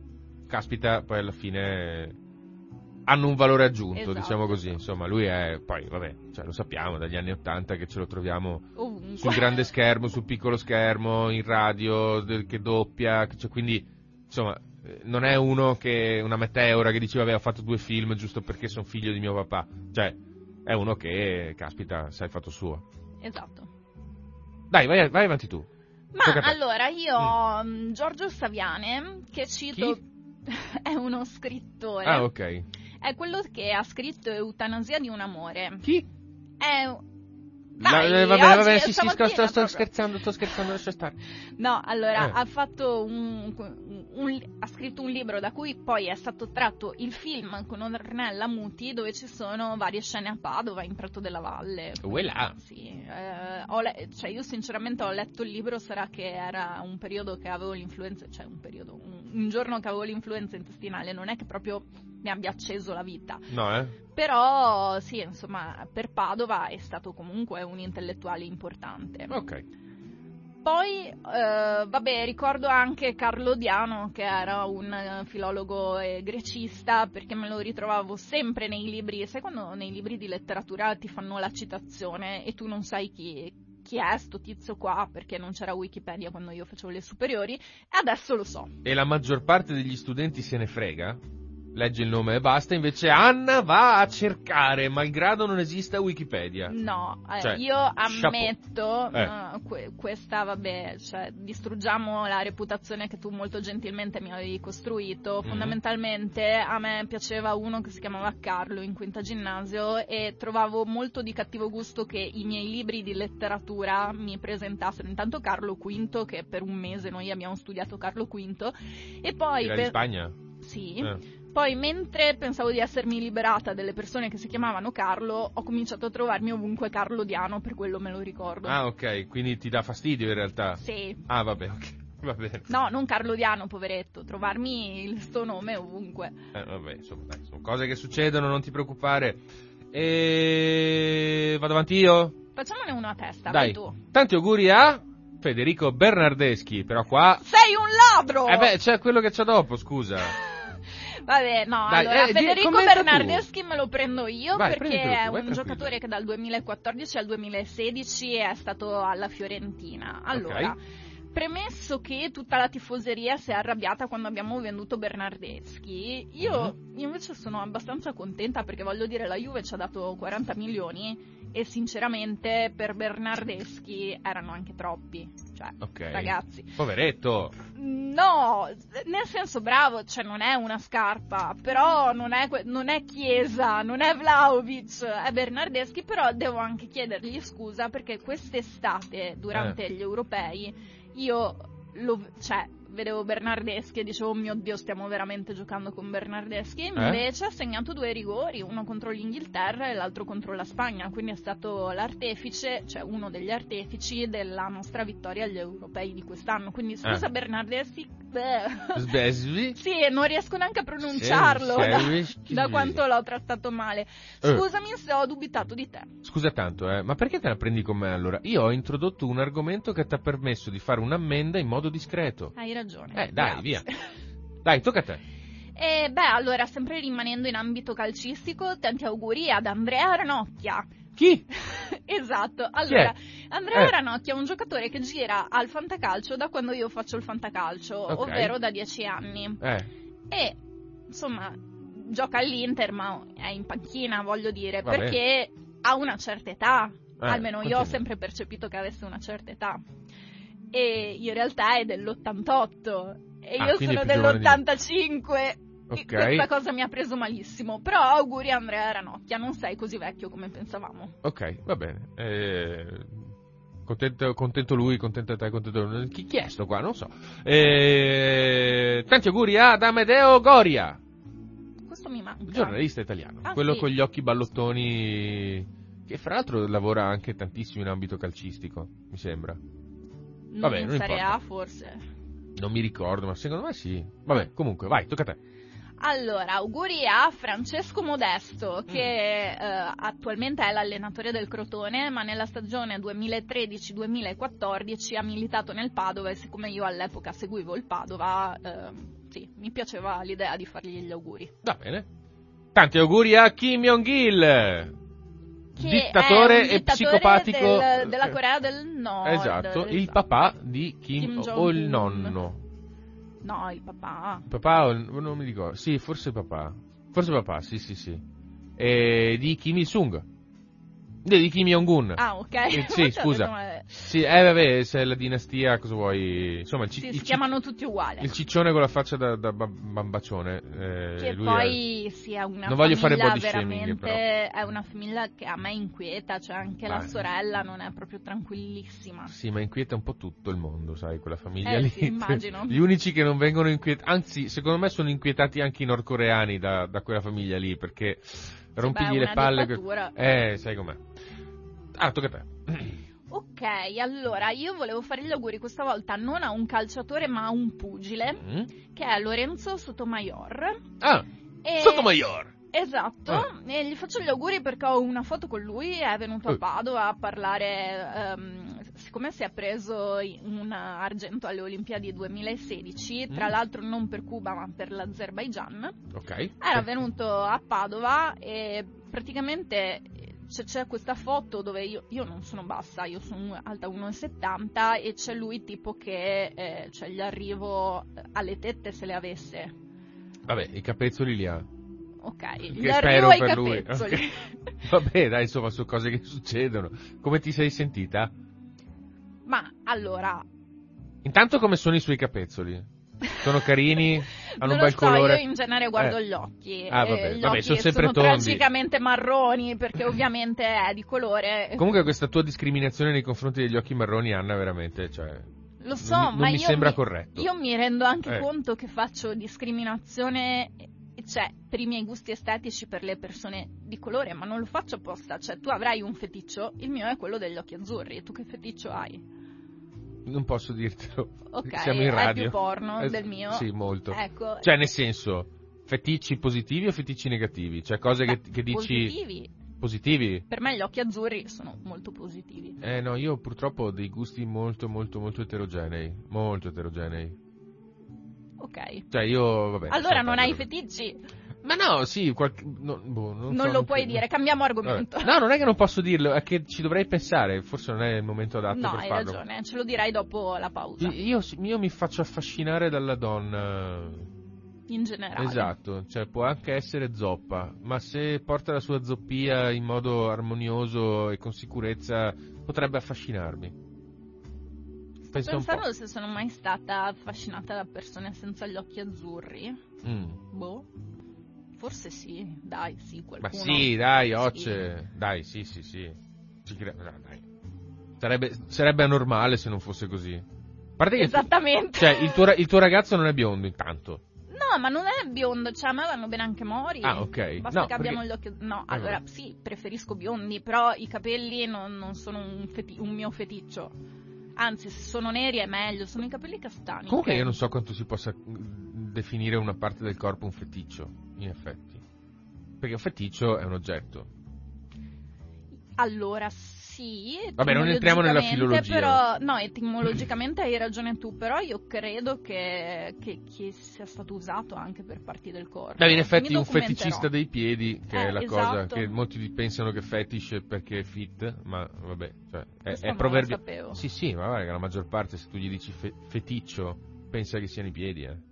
caspita, poi alla fine hanno un valore aggiunto, Esatto. diciamo così. Insomma, lui è, poi vabbè, cioè, lo sappiamo dagli anni Ottanta che ce lo troviamo Ovunque. sul grande schermo, sul piccolo schermo, in radio, del- che doppia, cioè, quindi, insomma, eh, non è uno che, una meteora che dice, vabbè, ho fatto due film giusto perché sono figlio di mio papà, cioè, è uno che, caspita, sa il fatto suo. Esatto. Dai, vai, vai avanti tu. Ma Tocca a te. allora io ho mm. Giorgio Saviane, che cito, Chi? è uno scrittore. Ah, ok. È quello che ha scritto Eutanasia di un amore. Chi? È... La- Dai, eh, vabbè, oggi vabbè, è sì, sì, sto, stamattina sto, sto proprio. scherzando, sto scherzando, lascia stare. No, allora, Eh. ha fatto un, un- un- ha scritto un libro da cui poi è stato tratto il film con Ornella Muti, dove ci sono varie scene a Padova, in Prato della Valle. Uela. Sì, eh, ho le- cioè io sinceramente ho letto il libro, sarà che era un periodo che avevo l'influenza, cioè un periodo, un, un giorno che avevo l'influenza intestinale, non è che proprio mi abbia acceso la vita. No, eh? Però sì, insomma, per Padova è stato comunque un intellettuale importante. Ok. Poi, eh, vabbè, ricordo anche Carlo Diano, che era un eh, filologo e grecista, perché me lo ritrovavo sempre nei libri, sai quando nei libri di letteratura ti fanno la citazione e tu non sai chi, chi è sto tizio qua, perché non c'era Wikipedia quando io facevo le superiori, e adesso lo so. E la maggior parte degli studenti se ne frega? Legge il nome e basta, invece Anna va a cercare, malgrado non esista Wikipedia. No, eh, Cioè, io ammetto, Eh. no, que- questa, vabbè, cioè, distruggiamo la reputazione che tu molto gentilmente mi avevi costruito. Mhm. Fondamentalmente a me piaceva uno che si chiamava Carlo in quinta ginnasio e trovavo molto di cattivo gusto che i miei libri di letteratura mi presentassero intanto Carlo quinto, che per un mese noi abbiamo studiato Carlo quinto, e poi... Era per- di Spagna? Sì. Eh. Poi, mentre pensavo di essermi liberata delle persone che si chiamavano Carlo, ho cominciato a trovarmi ovunque Carlo Diano, per quello me lo ricordo. Ah, ok, quindi ti dà fastidio in realtà. Sì. Ah, vabbè, ok, va bene. No, non Carlo Diano, poveretto, trovarmi il sto nome ovunque. Eh, vabbè, insomma, dai, sono cose che succedono, non ti preoccupare. E... vado avanti io? Facciamone uno a testa, Dai, vai tu. tanti auguri a Federico Bernardeschi, però qua... Sei un ladro! Eh beh, c'è quello che c'è dopo, scusa. Vabbè, no, Dai, allora eh, di- Federico commenta Bernardeschi me lo prendo io, Vai, perché prenditelo tu, è vai un tranquillo. giocatore che dal duemilaquattordici al duemilasedici è stato alla Fiorentina. Allora, Ok. premesso che tutta la tifoseria si è arrabbiata quando abbiamo venduto Bernardeschi, io, Mhm. io invece sono abbastanza contenta, perché voglio dire, la Juve ci ha dato quaranta milioni e sinceramente per Bernardeschi erano anche troppi. Cioè, Ok. ragazzi, Poveretto. no, nel senso, bravo, cioè non è una scarpa, però non è, que- non è Chiesa, non è Vlahovic, è Bernardeschi, però devo anche chiedergli scusa perché quest'estate, durante Eh. gli europei, io lo, cioè, vedevo Bernardeschi e dicevo, oh mio Dio, stiamo veramente giocando con Bernardeschi. Invece eh? ha segnato due rigori, uno contro l'Inghilterra e l'altro contro la Spagna, quindi è stato l'artefice, cioè uno degli artefici della nostra vittoria agli europei di quest'anno. Quindi scusa eh. Bernardeschi, Sbesvi. sì, non riesco neanche a pronunciarlo da, da quanto l'ho trattato male. Scusami uh. se ho dubitato di te. Scusa tanto, eh, ma perché te la prendi con me allora? Io ho introdotto un argomento che ti ha permesso di fare un'ammenda in modo discreto. Hai ragione. Eh, dai, grazie. Via. Dai, tocca a te. E beh, allora, sempre rimanendo in ambito calcistico, tanti auguri ad Andrea Ranocchia. Chi? Esatto, allora, Andrea eh. Ranocchia è un giocatore che gira al fantacalcio da quando io faccio il fantacalcio, okay. ovvero da dieci anni. Eh. E, insomma, gioca all'Inter, ma è in panchina, voglio dire, Vabbè. perché ha una certa età, eh, almeno io ho sempre percepito che avesse una certa età. E in realtà è dell'ottantotto, e ah, io sono dell'ottantacinque. Okay. Questa cosa mi ha preso malissimo, però auguri a Andrea Ranocchia, non sei così vecchio come pensavamo. Ok, va bene. Eh, contento, contento lui, contento te, contento lui. Chi, chi è sto qua? Non so. Eh, tanti auguri ad Amedeo Goria. Questo mi manca. Giornalista italiano, ah, quello sì. con gli occhi ballottoni, che fra l'altro lavora anche tantissimo in ambito calcistico, mi sembra. Non Vabbè, in non Serie importa. A forse. Non mi ricordo, ma secondo me sì. Vabbè, comunque, vai, tocca a te. Allora, auguri a Francesco Modesto, che mm. eh, attualmente è l'allenatore del Crotone, ma nella stagione duemilatredici duemilaquattordici ha militato nel Padova, e siccome io all'epoca seguivo il Padova, eh, sì, mi piaceva l'idea di fargli gli auguri. Va bene. Tanti auguri a Kim Jong-il, che dittatore, è un e dittatore psicopatico del, della Corea del Nord. Esatto, il esatto. papà di Kim, Kim o il Jong-un. nonno. No, il papà. Papà, o il- non mi ricordo. Sì, forse papà. Forse papà, sì, sì, sì. E di Kim Il-sung. Di di Kim Jong-un. Ah, ok. Eh, sì, Cioè, scusa. insomma, Sì, eh vabbè, se è la dinastia, cosa vuoi? Insomma, il, ci- sì, il si ci- chiamano tutti uguali. il ciccione con la faccia da, da ba- bambacione. eh, Che lui poi sia una Non voglio fare famiglia body shaming, veramente, è una famiglia che a me inquieta, cioè anche la Vai. sorella non è proprio tranquillissima. è... Sì, ma inquieta un po' tutto il mondo, sai, quella famiglia Eh, lì. sì, immagino. Gli unici che non vengono inquietati, anzi, secondo me sono inquietati anche i nordcoreani da, da quella famiglia lì, perché rompigli beh, le una palle. dittatura. Eh, sai com'è. Ah, tocca a te. Ok, allora io volevo fare gli auguri questa volta non a un calciatore ma a un pugile, Mm? che è Lorenzo Sotomayor. Ah, E... Sotomayor. Esatto, Ah. e gli faccio gli auguri perché ho una foto con lui, è venuto a Eh. Padova a parlare, ehm, siccome si è preso un argento alle Olimpiadi duemilasedici, tra Mm. l'altro non per Cuba ma per l'Azerbaigian, Ok. era venuto a Padova e praticamente c'è, c'è questa foto dove io, io non sono bassa, io sono alta uno virgola settanta e c'è lui tipo che eh, cioè gli arrivo alle tette se le avesse. Vabbè, i capezzoli li ha. Ok, Che gli spero arrivo ai per lui. capezzoli. Ok. Vabbè, dai, insomma, sono cose che succedono. Come ti sei sentita? Ma allora, Intanto come sono i suoi capezzoli? Sono carini? Hanno non un lo bel so, colore? io in genere guardo Eh. gli occhi. Ah, e vabbè, gli vabbè, occhi sono sempre tondi. tragicamente marroni perché ovviamente è di colore. Comunque questa tua discriminazione nei confronti degli occhi marroni, Anna, veramente, cioè... Lo so, non, non ma mi io sembra mi, corretto. Io mi rendo anche Eh. conto che faccio discriminazione, cioè, per i miei gusti estetici per le persone di colore, ma non lo faccio apposta. Cioè, tu avrai un feticcio, il mio è quello degli occhi azzurri. Tu che feticcio hai? Non posso dirtelo. Ok, Siamo in è radio. più porno Eh, del mio. Sì, molto. Ecco. Cioè, nel senso, feticci positivi o feticci negativi? Cioè, cose Beh, che, che dici... positivi. Positivi? Per me gli occhi azzurri sono molto positivi. Eh no, io purtroppo ho dei gusti molto, molto, molto eterogenei. Molto eterogenei. Ok. Cioè, io, vabbè... Allora insomma, non hai vabbè. feticci? Ma no, sì, qualche... no, boh, non, Non so, lo puoi credo. dire, cambiamo argomento. Vabbè. No, non è che non posso dirlo, è che ci dovrei pensare, forse non è il momento adatto No, per hai farlo. ragione, ce lo dirai dopo la pausa. Io, io mi faccio affascinare dalla donna. In generale. Esatto, cioè può anche essere zoppa, ma se porta la sua zoppia in modo armonioso e con sicurezza potrebbe affascinarmi. Pensa un Pensavo po'. se sono mai stata affascinata da persone senza gli occhi azzurri. Mm. Boh. Forse sì, dai, sì, Ma qualcuno. sì, dai, Sì. Occe, dai, sì, sì, sì. Ci cre- no, dai. Sarebbe, sarebbe anormale se non fosse così. A parte che Esattamente. Cioè, il tuo, il tuo ragazzo non è biondo, intanto. No, ma non è biondo, cioè a me vanno bene anche Mori. Ah, ok. Basta No, che abbiamo perché- gli occhi... No, Ah, allora, vabbè. sì, preferisco biondi, però i capelli non, non sono un, feti- un mio feticcio. Anzi, se sono neri è meglio, sono i capelli castani. Comunque che- io non so quanto si possa mh, definire una parte del corpo un feticcio, in effetti. Perché un feticcio è un oggetto. Allora, sì. Vabbè, non entriamo nella etimologicamente, filologia. Però, no, etimologicamente hai ragione tu, però io credo che, che, che sia stato usato anche per parti del corpo. Beh, in effetti Mi un documenterò. feticista dei piedi, che Eh, è la cosa esatto. che molti pensano che fetish è perché è fit, ma vabbè, cioè, è, Questo è non proverbio. lo sapevo. Sì, sì, ma guarda che la maggior parte, se tu gli dici fe- feticcio, pensa che siano i piedi, eh.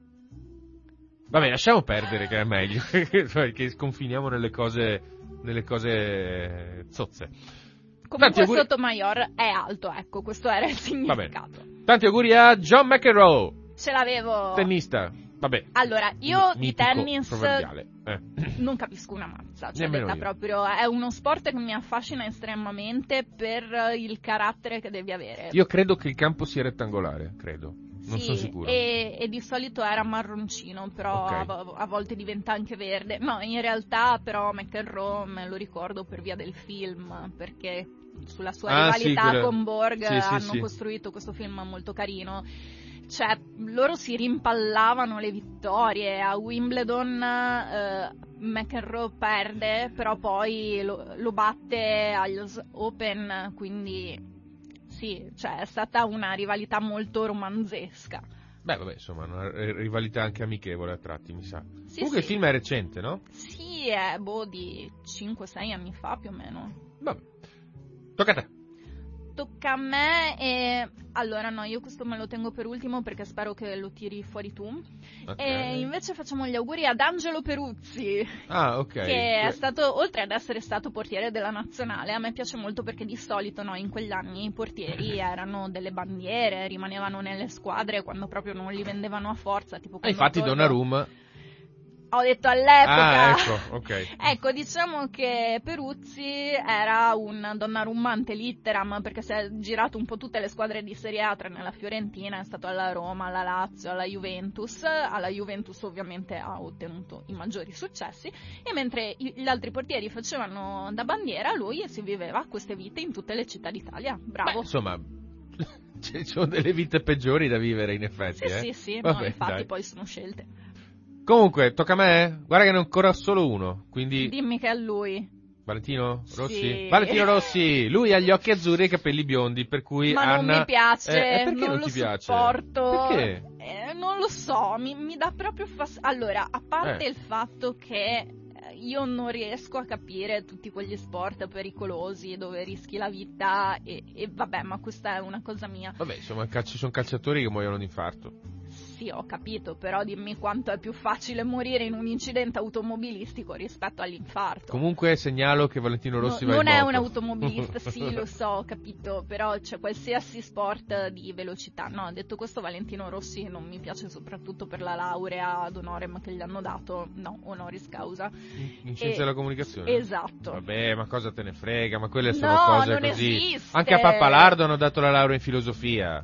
Vabbè, lasciamo perdere che è meglio, che sconfiniamo nelle cose, nelle cose zozze. Comunque Tanti auguri- Sotomayor è alto, ecco, questo era il significato. Tanti auguri a John McEnroe, Ce l'avevo. tennista. Vabbè. Allora, io mi- di mitico, tennis proverbiale. Eh. non capisco una mazza, cioè Nemmeno detta io. proprio, è uno sport che mi affascina estremamente per il carattere che devi avere. Io credo che il campo sia rettangolare, credo. Non Sì, sono sicuro. E, e di solito era marroncino, però Ok. a, vo- a volte diventa anche verde. No, in realtà però McEnroe me lo ricordo per via del film, perché sulla sua Ah, rivalità sì, quello- con Borg sì, sì, hanno sì. costruito questo film molto carino. Cioè, loro si rimpallavano le vittorie. A Wimbledon eh, McEnroe perde, però poi lo, lo batte agli U S Open, quindi sì, cioè è stata una rivalità molto romanzesca. Beh, vabbè, insomma, una r- rivalità anche amichevole a tratti, mi sa. Sì, Comunque sì. il film è recente, no? Sì, è boh di cinque sei anni fa più o meno. Vabbè. Tocca a te. Tocca a me e... Allora no, io questo me lo tengo per ultimo perché spero che lo tiri fuori tu. Ok. E invece facciamo gli auguri ad Angelo Peruzzi, Ah, ok. che è Que- stato, oltre ad essere stato portiere della nazionale, a me piace molto perché di solito no, in quegli anni i portieri erano delle bandiere, rimanevano nelle squadre quando proprio non li vendevano a forza. Tipo Ah, quando infatti Toldo- Donnarumma. Ho detto all'epoca. Ah, ecco, ok. Ecco, diciamo che Peruzzi era un Donnarumma ante litteram, perché si è girato un po' tutte le squadre di Serie A tranne la Fiorentina, è stato alla Roma, alla Lazio, alla Juventus. Alla Juventus ovviamente ha ottenuto i maggiori successi, e mentre i- gli altri portieri facevano da bandiera, lui si viveva queste vite in tutte le città d'Italia. Beh, Bravo. insomma, ci sono delle vite peggiori da vivere, in effetti, Sì, eh. sì, sì, no, Vabbè, infatti dai. poi sono scelte. Comunque, tocca a me? Guarda che ne ho ancora solo uno, quindi... Dimmi che è lui. Valentino Rossi? Sì. Valentino Rossi, lui ha gli occhi azzurri e i capelli biondi, per cui Ma Anna... non mi piace, Eh, eh, perché non, non lo ti piace? sopporto. Perché? Eh, non lo so, mi, mi dà proprio fastidio. Allora, a parte Eh. il fatto che eh, io non riesco a capire tutti quegli sport pericolosi dove rischi la vita e, e vabbè, ma questa è una cosa mia. Vabbè, insomma, cal- ci sono calciatori che muoiono di infarto. Sì, ho capito, però dimmi quanto è più facile morire in un incidente automobilistico rispetto all'infarto. Comunque segnalo che Valentino Rossi No, va non in è moto. un automobilista, sì, lo so, ho capito, però c'è qualsiasi sport di velocità. No, detto questo, Valentino Rossi non mi piace soprattutto per la laurea ad honorem che gli hanno dato, no, honoris causa. In scienza E- della comunicazione? Esatto. Vabbè, ma cosa te ne frega? Ma quelle sono No, cose non così. esiste. Anche a Pappalardo hanno dato la laurea in filosofia.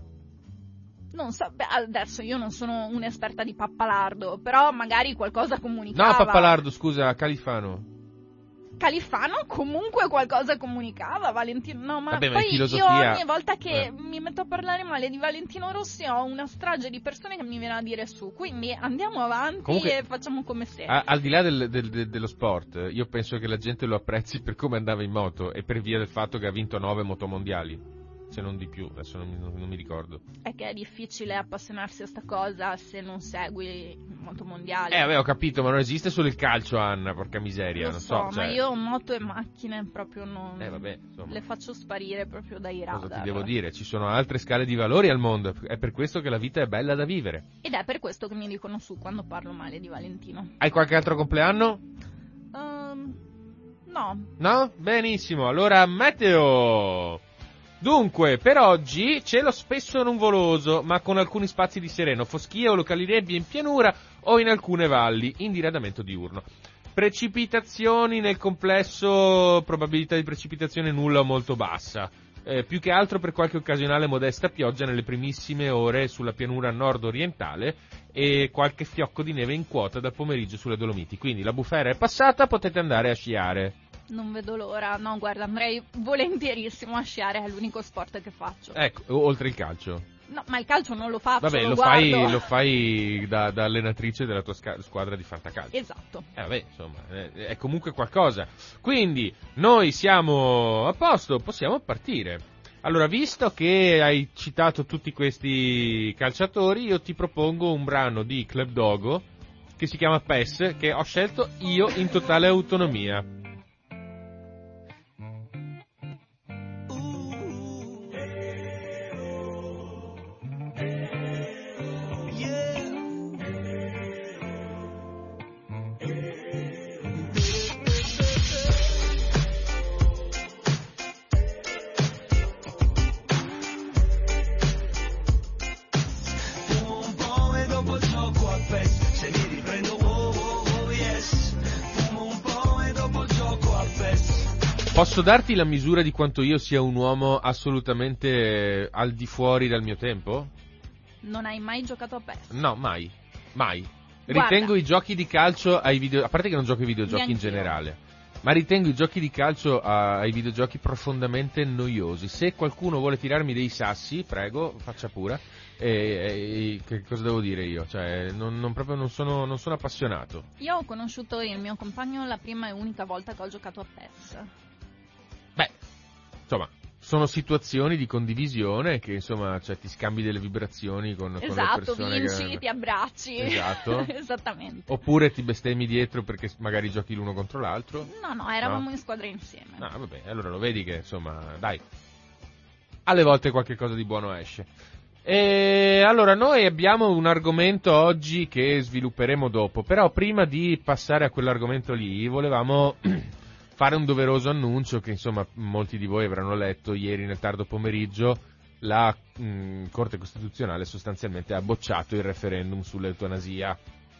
Non so, beh, adesso io non sono un'esperta di Pappalardo, però magari qualcosa comunicava. No, Pappalardo, scusa, Califano. Califano comunque qualcosa comunicava, Valentino. No, ma Vabbè, ma in poi filosofia- io ogni volta che Eh. mi metto a parlare male di Valentino Rossi ho una strage di persone che mi viene a dire su. Quindi andiamo avanti Comunque- e facciamo come se. A- al di là del- del- del- dello sport, io penso che la gente lo apprezzi per come andava in moto e per via del fatto che ha vinto nove motomondiali. Se non di più, adesso non, mi- non- non mi ricordo. È che è difficile appassionarsi a sta cosa se non segui il motomondiale. Eh, vabbè, ho capito, ma non esiste solo il calcio, Anna, porca miseria, Lo non so, so. ma cioè- io moto e macchine proprio non. Eh, vabbè, insomma. Le faccio sparire proprio dai radar. Cosa ti devo dire? Ci sono altre scale di valori al mondo, è per questo che la vita è bella da vivere. Ed è per questo che mi dicono su quando parlo male di Valentino. Hai qualche altro compleanno? Ehm, no. No? Benissimo, allora meteo! Dunque, per oggi cielo spesso nuvoloso, ma con alcuni spazi di sereno, foschie o locali nebbie in pianura o in alcune valli, in diradamento diurno. Precipitazioni nel complesso, probabilità di precipitazione nulla o molto bassa. eh, più che altro per qualche occasionale modesta pioggia nelle primissime ore sulla pianura nord-orientale e qualche fiocco di neve in quota dal pomeriggio sulle Dolomiti. Quindi la bufera è passata, potete andare a sciare. Non vedo l'ora, no guarda, andrei volentierissimo a sciare, è l'unico sport che faccio. Ecco, oltre il calcio. No, ma il calcio non lo faccio, Vabbè, lo, lo guardo. fai, lo fai da, da allenatrice della tua sca- squadra di fantacalcio. Esatto. Eh vabbè, insomma, è, è comunque qualcosa. Quindi, noi siamo a posto, possiamo partire. Allora, visto che hai citato tutti questi calciatori, io ti propongo un brano di Club Dogo che si chiama P E S, che ho scelto io in totale autonomia. Posso darti la misura di quanto io sia un uomo assolutamente al di fuori dal mio tempo? Non hai mai giocato a P E S? No, mai, mai. Guarda. Ritengo i giochi di calcio ai video... A parte che non gioco ai videogiochi in Neanch'io. generale, ma ritengo i giochi di calcio a- ai videogiochi profondamente noiosi. Se qualcuno vuole tirarmi dei sassi, prego, faccia pure. E, e- che cosa devo dire io? Cioè, non, non proprio non sono, non sono appassionato. Io ho conosciuto il mio compagno la prima e unica volta che ho giocato a P E S. Beh, insomma, sono situazioni di condivisione che, insomma, cioè, ti scambi delle vibrazioni con, con le Esatto, persone vinci, che... ti abbracci. Esatto. Esattamente. Oppure ti bestemmi dietro perché magari giochi l'uno contro l'altro. No, no, eravamo No? in squadra insieme. No, vabbè, allora lo vedi che, insomma, dai, alle volte qualche cosa di buono esce. E allora, noi abbiamo un argomento oggi che svilupperemo dopo, però prima di passare a quell'argomento lì, volevamo fare un doveroso annuncio che, insomma, molti di voi avranno letto ieri nel tardo pomeriggio. La mh, Corte Costituzionale sostanzialmente ha bocciato il referendum sull'eutanasia.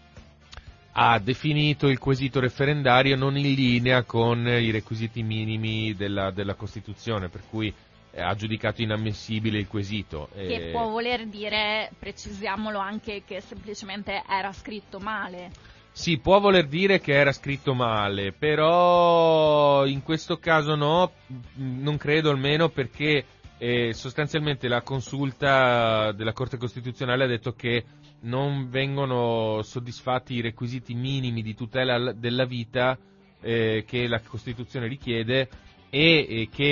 Ha definito il quesito referendario non in linea con i requisiti minimi della, della Costituzione, per cui ha giudicato inammissibile il quesito. Che Eh, può voler dire, precisiamolo anche, che semplicemente era scritto male. Sì, può voler dire che era scritto male, però in questo caso no, non credo almeno, perché eh, sostanzialmente la consulta della Corte Costituzionale ha detto che non vengono soddisfatti i requisiti minimi di tutela della vita eh, che la Costituzione richiede e, e che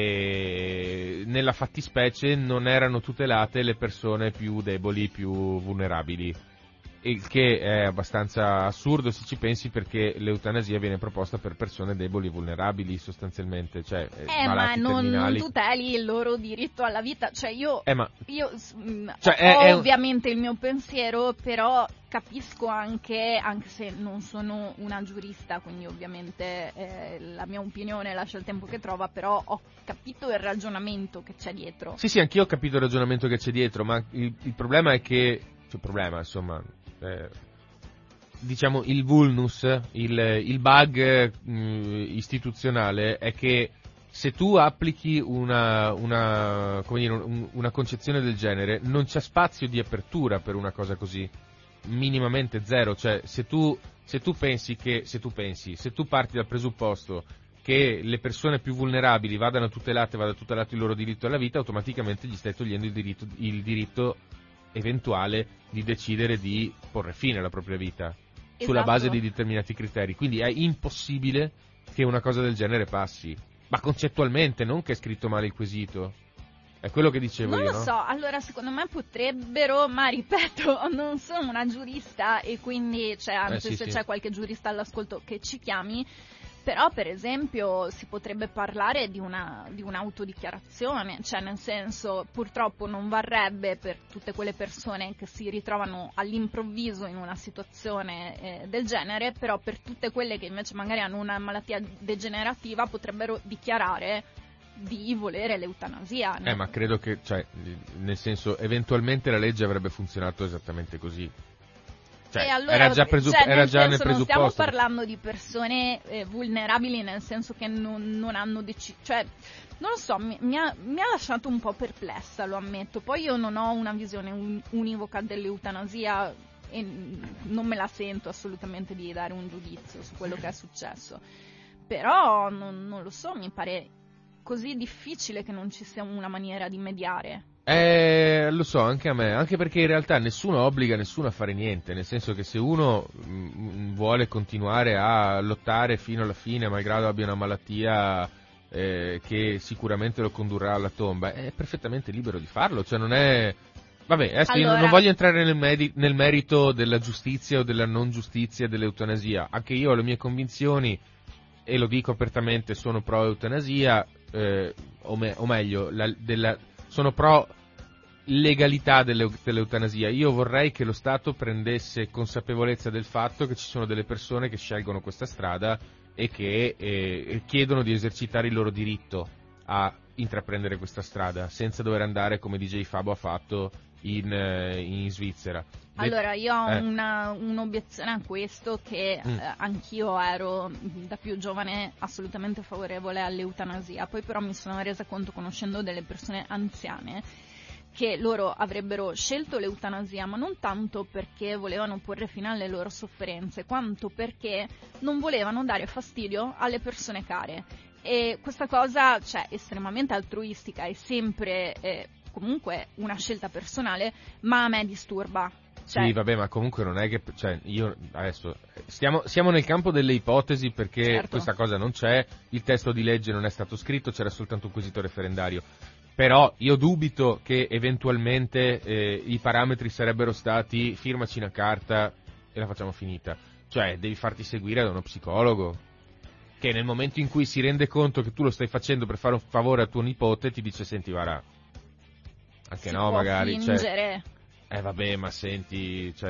eh, nella fattispecie non erano tutelate le persone più deboli, più vulnerabili. Il che è abbastanza assurdo se ci pensi, perché l'eutanasia viene proposta per persone deboli e vulnerabili sostanzialmente, cioè Eh, ma malati non, non terminali. tuteli il loro diritto alla vita. Cioè, io, Eh, ma io mh, Cioè, ho è- è un- ovviamente il mio pensiero, però capisco anche, anche se non sono una giurista, quindi ovviamente eh, la mia opinione lascia il tempo che trova, però ho capito il ragionamento che c'è dietro. Sì, sì, anch'io ho capito il ragionamento che c'è dietro, ma il, il problema è che, cioè, il problema, insomma, eh, diciamo il vulnus, il, il bug eh, istituzionale è che se tu applichi una, una, come dire, un- una concezione del genere, non c'è spazio di apertura per una cosa così, minimamente zero. Cioè, se tu, se tu pensi che, se tu pensi, se tu parti dal presupposto che le persone più vulnerabili vadano tutelate, vada tutelato il loro diritto alla vita, automaticamente gli stai togliendo il diritto, il diritto eventuale di decidere di porre fine alla propria vita sulla Esatto. base di determinati criteri. Quindi è impossibile che una cosa del genere passi, ma concettualmente, non che è scritto male il quesito. È quello che dicevo Non io, lo no? so, allora secondo me potrebbero, ma ripeto, non sono una giurista e quindi, cioè, anzi Eh, sì, se sì. c'è qualche giurista all'ascolto che ci chiami, però per esempio si potrebbe parlare di una di un'autodichiarazione, cioè nel senso, purtroppo non varrebbe per tutte quelle persone che si ritrovano all'improvviso in una situazione eh, del genere, però per tutte quelle che invece magari hanno una malattia degenerativa potrebbero dichiarare di volere l'eutanasia. Eh, ma credo che, cioè, nel senso, eventualmente la legge avrebbe funzionato esattamente così. Cioè, e allora, era già, presu- cioè, era già senso, nel presupposto. Non stiamo parlando di persone eh, vulnerabili, nel senso che non, non hanno deciso, cioè, non lo so, mi, mi, ha, mi ha lasciato un po' perplessa, lo ammetto. Poi io non ho una visione un, univoca dell'eutanasia e non me la sento assolutamente di dare un giudizio su quello che è successo. Però non, non lo so, mi pare così difficile che non ci sia una maniera di mediare. Eh, lo so, anche a me, anche perché in realtà nessuno obbliga nessuno a fare niente, nel senso che se uno mh, vuole continuare a lottare fino alla fine, malgrado abbia una malattia eh, che sicuramente lo condurrà alla tomba, è perfettamente libero di farlo, cioè non è... Vabbè, adesso allora... io non voglio entrare nel, medi- nel merito della giustizia o della non giustizia dell'eutanasia, anche io ho le mie convinzioni e lo dico apertamente, sono pro eutanasia, eh, o, me- o meglio, la, della, sono pro legalità delle, dell'eutanasia. Io vorrei che lo Stato prendesse consapevolezza del fatto che ci sono delle persone che scelgono questa strada e che eh, chiedono di esercitare il loro diritto a intraprendere questa strada senza dover andare come D J Fabo ha fatto in, eh, in Svizzera. Allora, io ho eh. una, un'obiezione a questo, che Mm. eh, anch'io ero da più giovane assolutamente favorevole all'eutanasia, poi però mi sono resa conto, conoscendo delle persone anziane, che loro avrebbero scelto l'eutanasia, ma non tanto perché volevano porre fine alle loro sofferenze, quanto perché non volevano dare fastidio alle persone care. E questa cosa, cioè, estremamente altruistica, è sempre eh, comunque una scelta personale, ma a me disturba. Cioè... Sì, vabbè, ma comunque non è che, cioè, io adesso stiamo, siamo nel campo delle ipotesi, perché certo. Questa cosa non c'è, il testo di legge non è stato scritto, c'era soltanto un quesito referendario. Però io dubito che eventualmente eh, i parametri sarebbero stati firmaci una carta e la facciamo finita. Cioè, devi farti seguire da uno psicologo che nel momento in cui si rende conto che tu lo stai facendo per fare un favore a tuo nipote ti dice: senti, guarda, anche si no, può magari. fingere. Cioè, eh vabbè, ma senti, cioè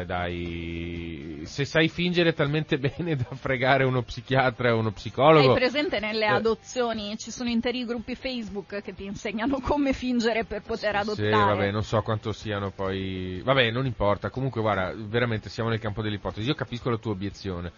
dai, se sai fingere talmente bene da fregare uno psichiatra o uno psicologo... Hai presente nelle eh. adozioni? Ci sono interi gruppi Facebook che ti insegnano come fingere per poter Sì, adottare. Sì, vabbè, non so quanto siano poi... Vabbè, non importa, comunque guarda, veramente siamo nel campo dell'ipotesi. Io capisco la tua obiezione,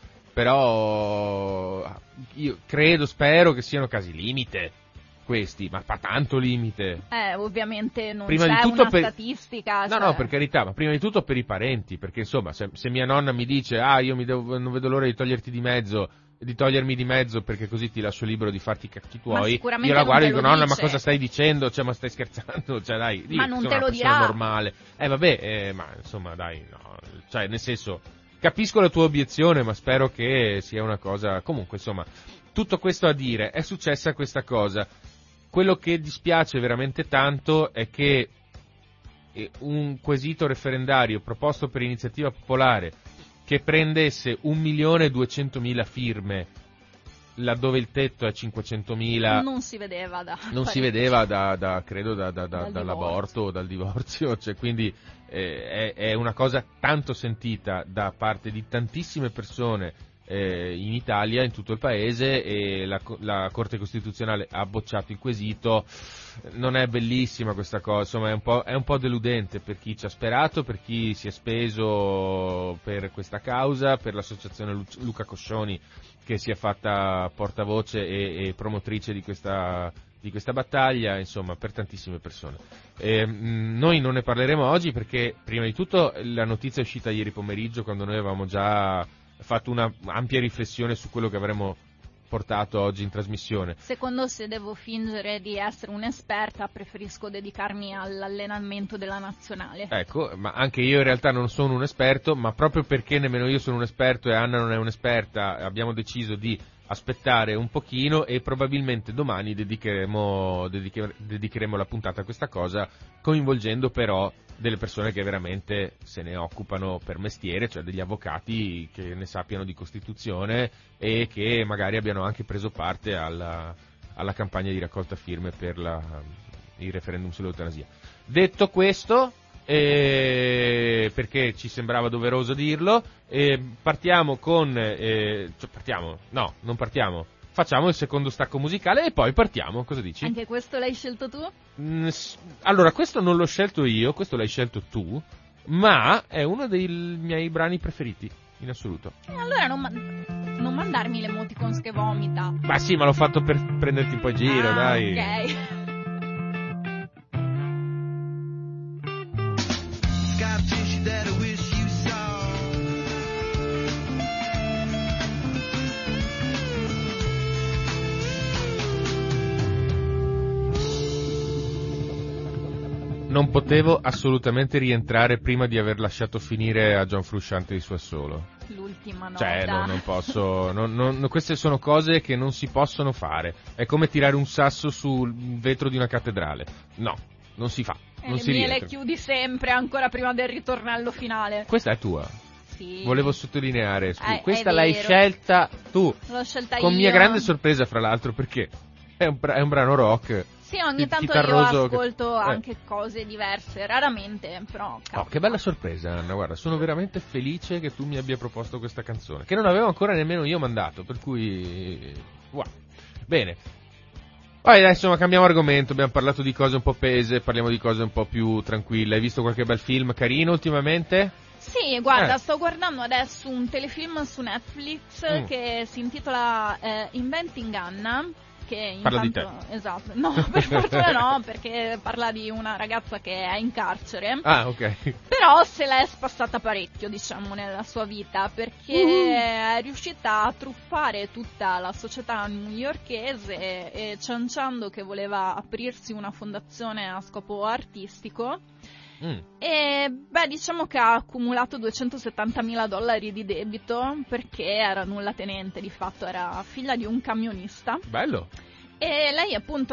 però io credo, spero che siano casi limite questi, ma fa tanto limite. Eh, ovviamente non prima c'è di tutto una per... statistica. No, cioè... no, per carità, ma prima di tutto per i parenti, perché insomma, se, se mia nonna mi dice: ah, io mi devo, non vedo l'ora di toglierti di mezzo, di togliermi di mezzo perché così ti lascio libero di farti i cacchi tuoi, io la guardo e dico: nonna, ma cosa stai dicendo? Cioè, ma stai scherzando? Cioè, dai, ma non sono te una lo persona dirà. normale. Eh, vabbè, eh, ma insomma, dai, no, cioè, nel senso, capisco la tua obiezione, ma spero che sia una cosa, comunque, insomma, tutto questo a dire, è successa questa cosa. Quello che dispiace veramente tanto è che un quesito referendario proposto per iniziativa popolare che prendesse un milione e duecentomila firme, laddove il tetto è cinquecentomila, non si vedeva da non si vedeva da, da credo da, da, da, dall'aborto o dal divorzio, cioè, quindi eh, è, è una cosa tanto sentita da parte di tantissime persone eh, in Italia, in tutto il paese, e la, la Corte Costituzionale ha bocciato il quesito. Non è bellissima questa cosa, insomma è un po', è un po' deludente per chi ci ha sperato, per chi si è speso per questa causa, per l'associazione Lu- Luca Coscioni, che si è fatta portavoce e, e promotrice di questa, di questa battaglia, insomma, per tantissime persone. E, mh, noi non ne parleremo oggi perché, prima di tutto, la notizia è uscita ieri pomeriggio, quando noi avevamo già fatto una ampia riflessione su quello che avremmo portato oggi in trasmissione. Secondo, se devo fingere di essere un'esperta, preferisco dedicarmi all'allenamento della nazionale. Ecco, ma anche io in realtà non sono un esperto, ma proprio perché nemmeno io sono un esperto e Anna non è un'esperta, abbiamo deciso di aspettare un pochino e probabilmente domani dedicheremo, dediche, dedicheremo la puntata a questa cosa, coinvolgendo però delle persone che veramente se ne occupano per mestiere, cioè degli avvocati che ne sappiano di Costituzione e che magari abbiano anche preso parte alla, alla campagna di raccolta firme per la, il referendum sull'eutanasia. Detto questo, eh, perché ci sembrava doveroso dirlo, eh, partiamo con... Eh, cioè partiamo? No, non partiamo. Facciamo il secondo stacco musicale e poi partiamo, cosa dici? Anche questo l'hai scelto tu? Mm, allora, questo non l'ho scelto io, questo l'hai scelto tu, ma è uno dei miei brani preferiti in assoluto. E allora non, ma- non mandarmi l'emoticons che vomita. Ma sì, ma l'ho fatto per prenderti un po' in giro, ah, dai. Ok. Non potevo assolutamente rientrare prima di aver lasciato finire a John Frusciante di Sua Solo. L'ultima nota. Cioè, no, non posso. Non, non, queste sono cose che non si possono fare. È come tirare un sasso sul vetro di una cattedrale. No, non si fa. E non le si mie rientra. le chiudi sempre ancora prima del ritornello finale. Questa è tua. Sì. Volevo sottolineare. Scusa, Eh, questa è l'hai vero. scelta tu. L'ho scelta Con io. mia grande sorpresa, fra l'altro, perché è un, bra- è un brano rock. Sì, ogni chi- tanto io chitarroso ascolto che- eh. anche cose diverse, raramente, però. Oh, capita. che bella sorpresa, Anna, guarda, sono veramente felice che tu mi abbia proposto questa canzone, che non avevo ancora nemmeno io mandato, per cui... wow. Bene. Poi adesso insomma, cambiamo argomento, abbiamo parlato di cose un po' pese, parliamo di cose un po' più tranquille. Hai visto qualche bel film carino ultimamente? Sì, guarda, Eh. sto guardando adesso un telefilm su Netflix Mm. che si intitola eh, Inventing Anna. Che Parla di intanto, esatto, no, per fortuna no, perché parla di una ragazza che è in carcere, Ah, ok. però se l'è spassata parecchio, diciamo, nella sua vita, perché Uh. è riuscita a truffare tutta la società newyorkese e cianciando che voleva aprirsi una fondazione a scopo artistico. Mm. E beh, diciamo che ha accumulato duecentosettantamila dollari di debito perché era nulla tenente, di fatto era figlia di un camionista. Bello. E lei appunto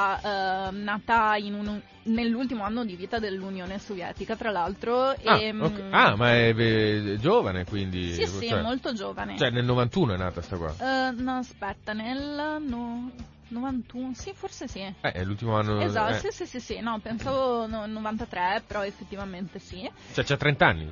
era eh, nata in un, nell'ultimo anno di vita dell'Unione Sovietica, tra l'altro. Ah, e, ok. mm, Ah, ma è, è giovane, quindi... Sì, sì, cioè, è molto giovane. Cioè, nel novantuno è nata sta qua. Eh, no, aspetta, nel no, novantuno, sì, forse sì. Eh, è l'ultimo anno... Esatto, eh. sì, sì, sì, sì, no, pensavo no, novantatré, però effettivamente sì. Cioè, c'ha trenta anni.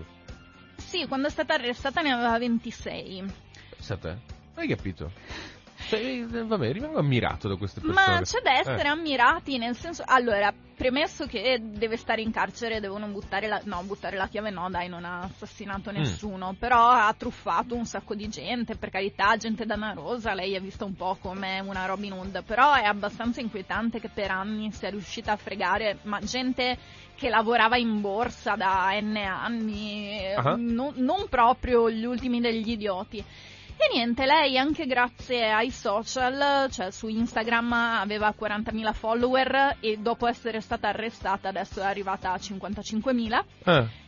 Sì, quando è stata arrestata ne aveva ventisei. Pensate, hai capito? Cioè, eh, vabbè, rimango ammirato da queste persone. Ma c'è da essere Eh. ammirati, nel senso... Allora, premesso che deve stare in carcere, devono buttare la... No, buttare la chiave no, dai, non ha assassinato nessuno, però ha truffato un sacco di gente, per carità, gente danarosa, lei è vista un po' come una Robin Hood, però è abbastanza inquietante che per anni sia riuscita a fregare, ma gente che lavorava in borsa da N anni, Ah. non, non proprio gli ultimi degli idioti. E niente, lei anche grazie ai social, cioè su Instagram aveva quarantamila follower e dopo essere stata arrestata adesso è arrivata a cinquantacinquemila. Eh.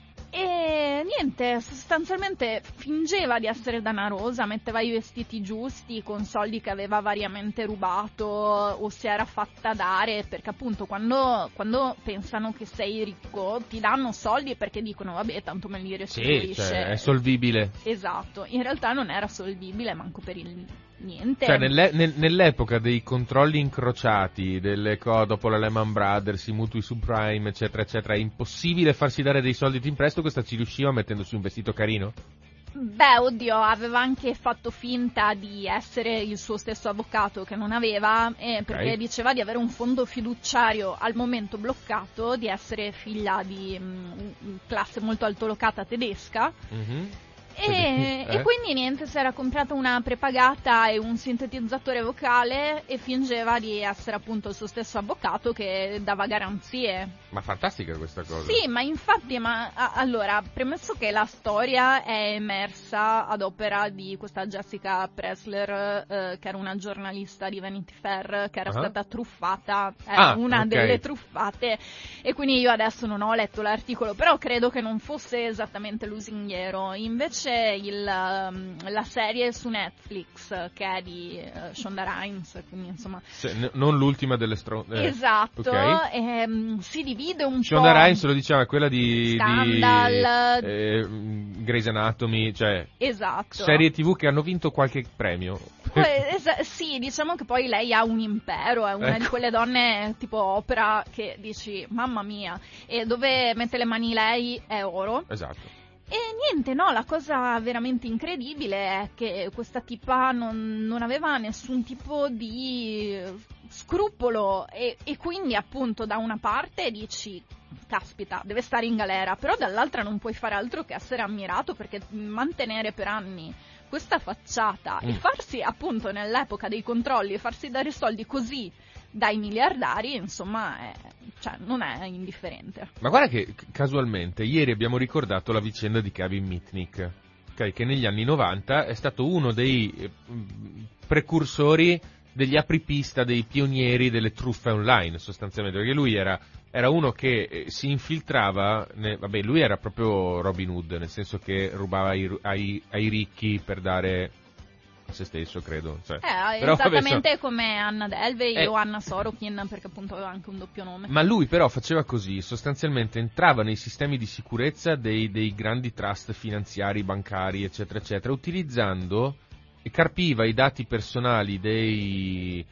E niente, sostanzialmente fingeva di essere danarosa, metteva i vestiti giusti con soldi che aveva variamente rubato o si era fatta dare, perché appunto quando, quando pensano che sei ricco ti danno soldi perché dicono vabbè tanto me li Sì, restituisce. cioè, è solvibile. Esatto, in realtà non era solvibile manco per il niente. Cioè, nelle- nel- nell'epoca dei controlli incrociati, delle co- dopo la Lehman Brothers, i mutui subprime, eccetera, eccetera, è impossibile farsi dare dei soldi in prestito, questa ci riusciva mettendosi un vestito carino? Beh, oddio, aveva anche fatto finta di essere il suo stesso avvocato che non aveva, eh, perché Ok. diceva di avere un fondo fiduciario al momento bloccato, di essere figlia di mm, classe molto altolocata tedesca. Mhm. E, Eh? e quindi niente, si era comprata una prepagata e un sintetizzatore vocale e fingeva di essere appunto il suo stesso avvocato che dava garanzie. Ma fantastica questa cosa. Sì, ma infatti, ma a- allora, premesso che la storia è emersa ad opera di questa Jessica Pressler, eh, che era una giornalista di Vanity Fair, che era Ah. stata truffata, era Ah, una ok. delle truffate, e quindi io adesso non ho letto l'articolo, però credo che non fosse esattamente lusinghiero. Invece il, um, la serie su Netflix, che è di uh, Shonda Rhimes, quindi insomma... Cioè, n- non l'ultima delle stro... eh, Esatto, ok. ehm, si divide un Shonda po'. Rhimes lo diceva, quella di... Scandal. Di, eh, mh, Grey's Anatomy, cioè... Esatto. Serie tivù che hanno vinto qualche premio. Que- es- sì, diciamo che poi lei ha un impero, è una Ecco. di quelle donne tipo Oprah che dici mamma mia, e dove mette le mani lei è oro. Esatto. E niente, no, la cosa veramente incredibile è che questa tipa non, non aveva nessun tipo di scrupolo e, e quindi appunto da una parte dici caspita, deve stare in galera, però dall'altra non puoi fare altro che essere ammirato, perché mantenere per anni questa facciata mm. e farsi appunto nell'epoca dei controlli e farsi dare soldi così dai miliardari, insomma, è, cioè, non è indifferente. Ma guarda che casualmente ieri abbiamo ricordato la vicenda di Kevin Mitnick, okay, che negli anni novanta è stato uno dei eh, precursori, degli apripista, dei pionieri delle truffe online, sostanzialmente, perché lui era, era uno che eh, si infiltrava, ne, vabbè, lui era proprio Robin Hood, nel senso che rubava ai, ai, ai ricchi per dare a se stesso, credo. Cioè, eh, però, esattamente vabbè, so, come Anna Delvey eh, o Anna Sorokin, perché appunto aveva anche un doppio nome. Ma lui però faceva così, sostanzialmente entrava nei sistemi di sicurezza dei, dei grandi trust finanziari, bancari, eccetera, eccetera, utilizzando e carpiva i dati personali dei,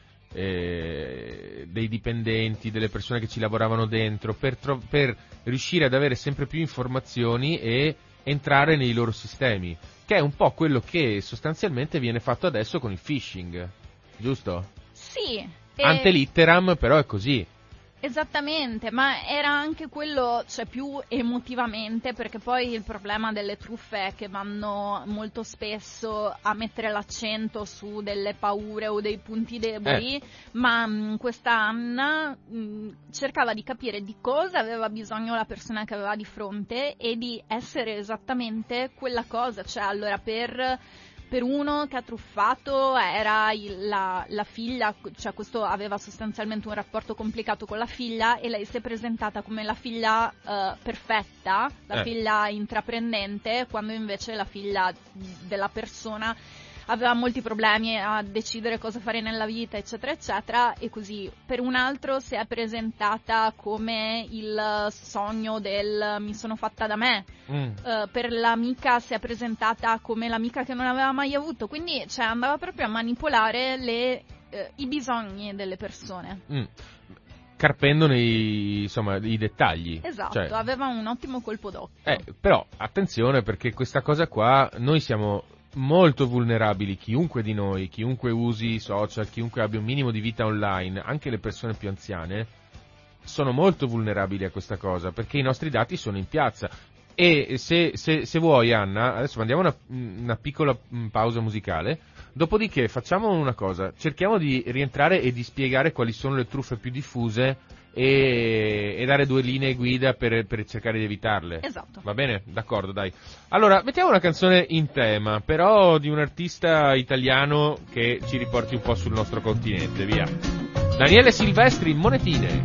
eh, dei dipendenti, delle persone che ci lavoravano dentro, per, tro- per riuscire ad avere sempre più informazioni e entrare nei loro sistemi, che è un po' quello che sostanzialmente viene fatto adesso con il phishing, giusto? Sì. E... Ante litteram, però è così. Esattamente, ma era anche quello, cioè più emotivamente, perché poi il problema delle truffe è che vanno molto spesso a mettere l'accento su delle paure o dei punti deboli, eh. ma mh, questa Anna mh, cercava di capire di cosa aveva bisogno la persona che aveva di fronte e di essere esattamente quella cosa, cioè allora per... Per uno che ha truffato era il, la, la figlia, cioè questo aveva sostanzialmente un rapporto complicato con la figlia e lei si è presentata come la figlia uh, perfetta, la eh. figlia intraprendente, quando invece la figlia della persona aveva molti problemi a decidere cosa fare nella vita, eccetera, eccetera, e così. Per un altro si è presentata come il sogno del mi sono fatta da me, mm. uh, per l'amica si è presentata come l'amica che non aveva mai avuto, quindi cioè, andava proprio a manipolare le, uh, i bisogni delle persone. Mm. Carpendo nei, insomma, i dettagli. Esatto, cioè, aveva un ottimo colpo d'occhio. Eh, però, attenzione, perché questa cosa qua, noi siamo molto vulnerabili, chiunque di noi, chiunque usi i social, chiunque abbia un minimo di vita online, anche le persone più anziane, sono molto vulnerabili a questa cosa, perché i nostri dati sono in piazza. E se, se, se vuoi, Anna, adesso mandiamo una, una piccola pausa musicale, dopodiché facciamo una cosa, cerchiamo di rientrare e di spiegare quali sono le truffe più diffuse e, e dare due linee guida per, per cercare di evitarle. Esatto. Va bene? D'accordo, dai. Allora, mettiamo una canzone in tema, però di un artista italiano che ci riporti un po' sul nostro continente, via. Daniele Silvestri, Monetine.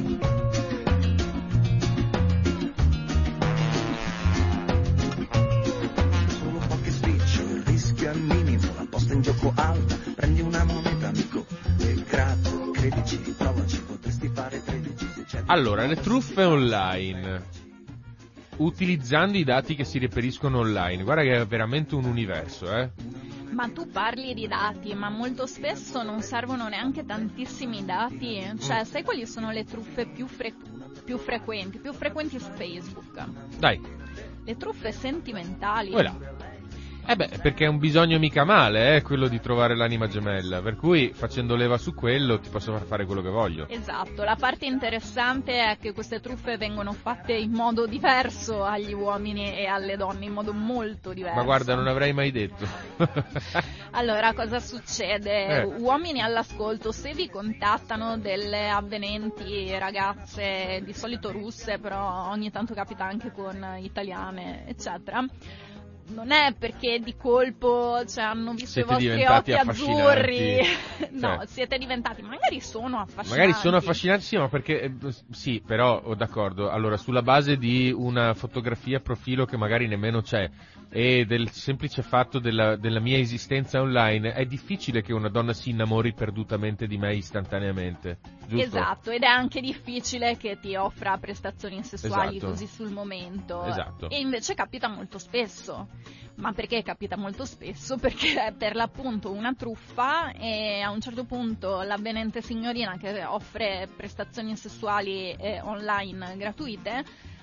Solo qualche spiccio, il rischio è minimo, la posta in gioco alta, prendi una moneta amico e grazie, credici, provaci, potresti fare tredici se c'è... Allora, le truffe online, utilizzando i dati che si reperiscono online, guarda che è veramente un universo, eh. Ma tu parli di dati, ma molto spesso non servono neanche tantissimi dati, cioè sai quali sono le truffe più, fre- più frequenti, più frequenti su Facebook? Dai. Le truffe sentimentali. Voilà. Eh beh, perché è un bisogno mica male, eh, quello di trovare l'anima gemella, per cui facendo leva su quello ti posso far fare quello che voglio. Esatto, la parte interessante è che queste truffe vengono fatte in modo diverso agli uomini e alle donne, in modo molto diverso. Ma guarda, non avrei mai detto. Allora, cosa succede? Eh. Uomini all'ascolto, se vi contattano delle avvenenti ragazze, di solito russe, però ogni tanto capita anche con italiane, eccetera, non è perché di colpo cioè, hanno visto siete i vostri diventati occhi azzurri, no, cioè, siete diventati, magari sono affascinanti. Magari sono affascinanti, sì, ma perché, eh, sì, però, oh, d'accordo, allora, sulla base di una fotografia profilo che magari nemmeno c'è, e del semplice fatto della, della mia esistenza online, è difficile che una donna si innamori perdutamente di me istantaneamente, giusto? Esatto, ed è anche difficile che ti offra prestazioni sessuali esatto. così sul momento. Esatto. E invece capita molto spesso. Ma perché capita molto spesso? Perché è per l'appunto una truffa e a un certo punto l'avvenente signorina che offre prestazioni sessuali eh, online gratuite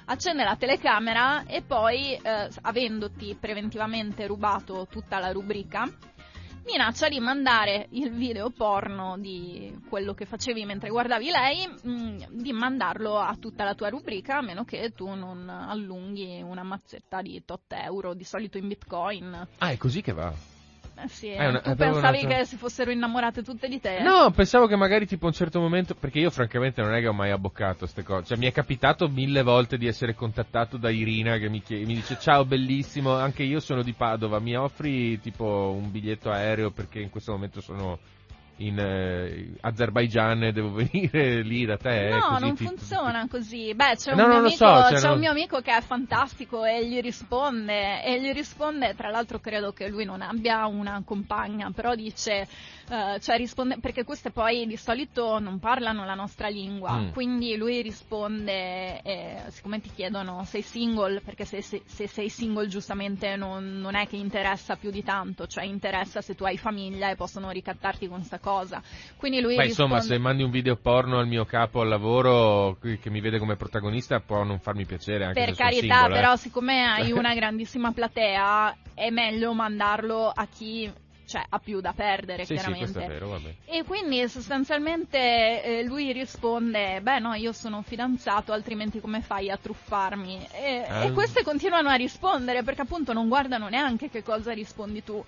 accende la telecamera e poi, eh, avendoti preventivamente rubato tutta la rubrica, minaccia di mandare il video porno di quello che facevi mentre guardavi lei, mh, di mandarlo a tutta la tua rubrica, a meno che tu non allunghi una mazzetta di tot euro, di solito in bitcoin. Ah, è così che va? Eh sì, È una- tu è pensavi una- che si fossero innamorate tutte di te? No, pensavo che magari tipo a un certo momento, perché io francamente non è che ho mai abboccato ste cose, cioè mi è capitato mille volte di essere contattato da Irina che mi, chie- mi dice ciao bellissimo, anche io sono di Padova, mi offri tipo un biglietto aereo perché in questo momento sono in eh, Azerbaigian e devo venire lì da te. No, così non ti- funziona così. Beh, c'è, No, un, non mio lo so, amico, cioè, c'è non- un mio amico che è fantastico e gli risponde, e gli risponde, tra l'altro credo che lui non abbia una compagna, però dice, eh, cioè risponde, perché queste poi di solito non parlano la nostra lingua, Mm. quindi lui risponde, eh, siccome ti chiedono sei single, perché se, se, se sei single giustamente non, non è che interessa più di tanto, cioè interessa se tu hai famiglia e possono ricattarti con sta cosa. Quindi lui Beh, insomma, risponde- se mandi un video porno al mio capo al lavoro qui- che mi vede come protagonista può non farmi piacere anche Per se sono carità, single, eh. però siccome hai una grandissima platea è meglio mandarlo a chi, cioè, ha più da perdere, Sì, sì, chiaramente. questo è vero, vabbè. E quindi sostanzialmente eh, lui risponde, beh no, io sono fidanzato, altrimenti come fai a truffarmi? E, Ah. e queste continuano a rispondere perché appunto non guardano neanche che cosa rispondi tu.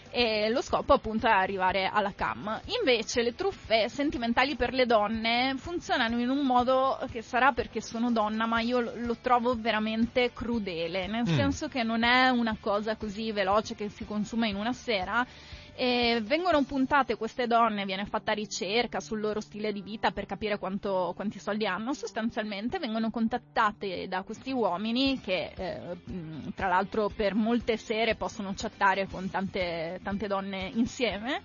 E lo scopo appunto è arrivare alla cam. Invece le truffe sentimentali per le donne funzionano in un modo che sarà perché sono donna, ma io lo, lo trovo veramente crudele, nel Mm. senso che non è una cosa così veloce che si consuma in una sera. E vengono puntate queste donne, viene fatta ricerca sul loro stile di vita per capire quanto, quanti soldi hanno, sostanzialmente vengono contattate da questi uomini che eh, mh, tra l'altro per molte sere possono chattare con tante, tante donne insieme.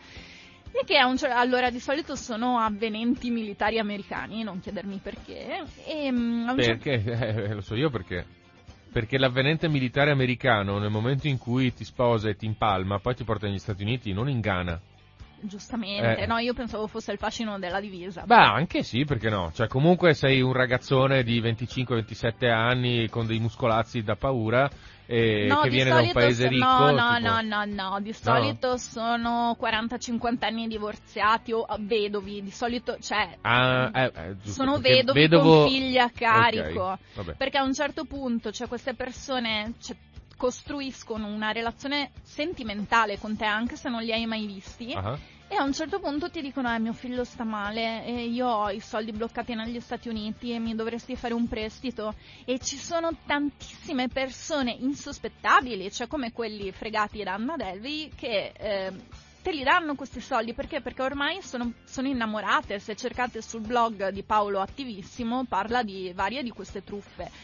E che a un cer- allora di solito sono avvenenti militari americani, non chiedermi perché. E, mh, a un cer- Perché? Eh, lo so io perché. Perché l'avvenente militare americano nel momento in cui ti sposa e ti impalma poi ti porta negli Stati Uniti, non in Ghana. Giustamente, Eh. no, io pensavo fosse il fascino della divisa. Beh, anche sì, perché no? Cioè comunque sei un ragazzone di venticinque ventisette anni con dei muscolazzi da paura e No, che di viene da un solito paese so- ricco. No, no, tipo- no, no, no, di solito sono quaranta cinquanta anni divorziati o vedovi, di solito, cioè, Ah, eh, eh, giusto, sono perché vedovi vedovo- con figli a carico, Ok, vabbè. perché a un certo punto, cioè, queste persone cioè, costruiscono una relazione sentimentale con te anche se non li hai mai visti. Ah, E a un certo punto ti dicono, eh, mio figlio sta male e io ho i soldi bloccati negli Stati Uniti e mi dovresti fare un prestito. E ci sono tantissime persone insospettabili, cioè come quelli fregati da Anna Delvey, che eh, te li danno questi soldi. Perché? Perché ormai sono, sono innamorate. Se cercate sul blog di Paolo Attivissimo parla di varie di queste truffe.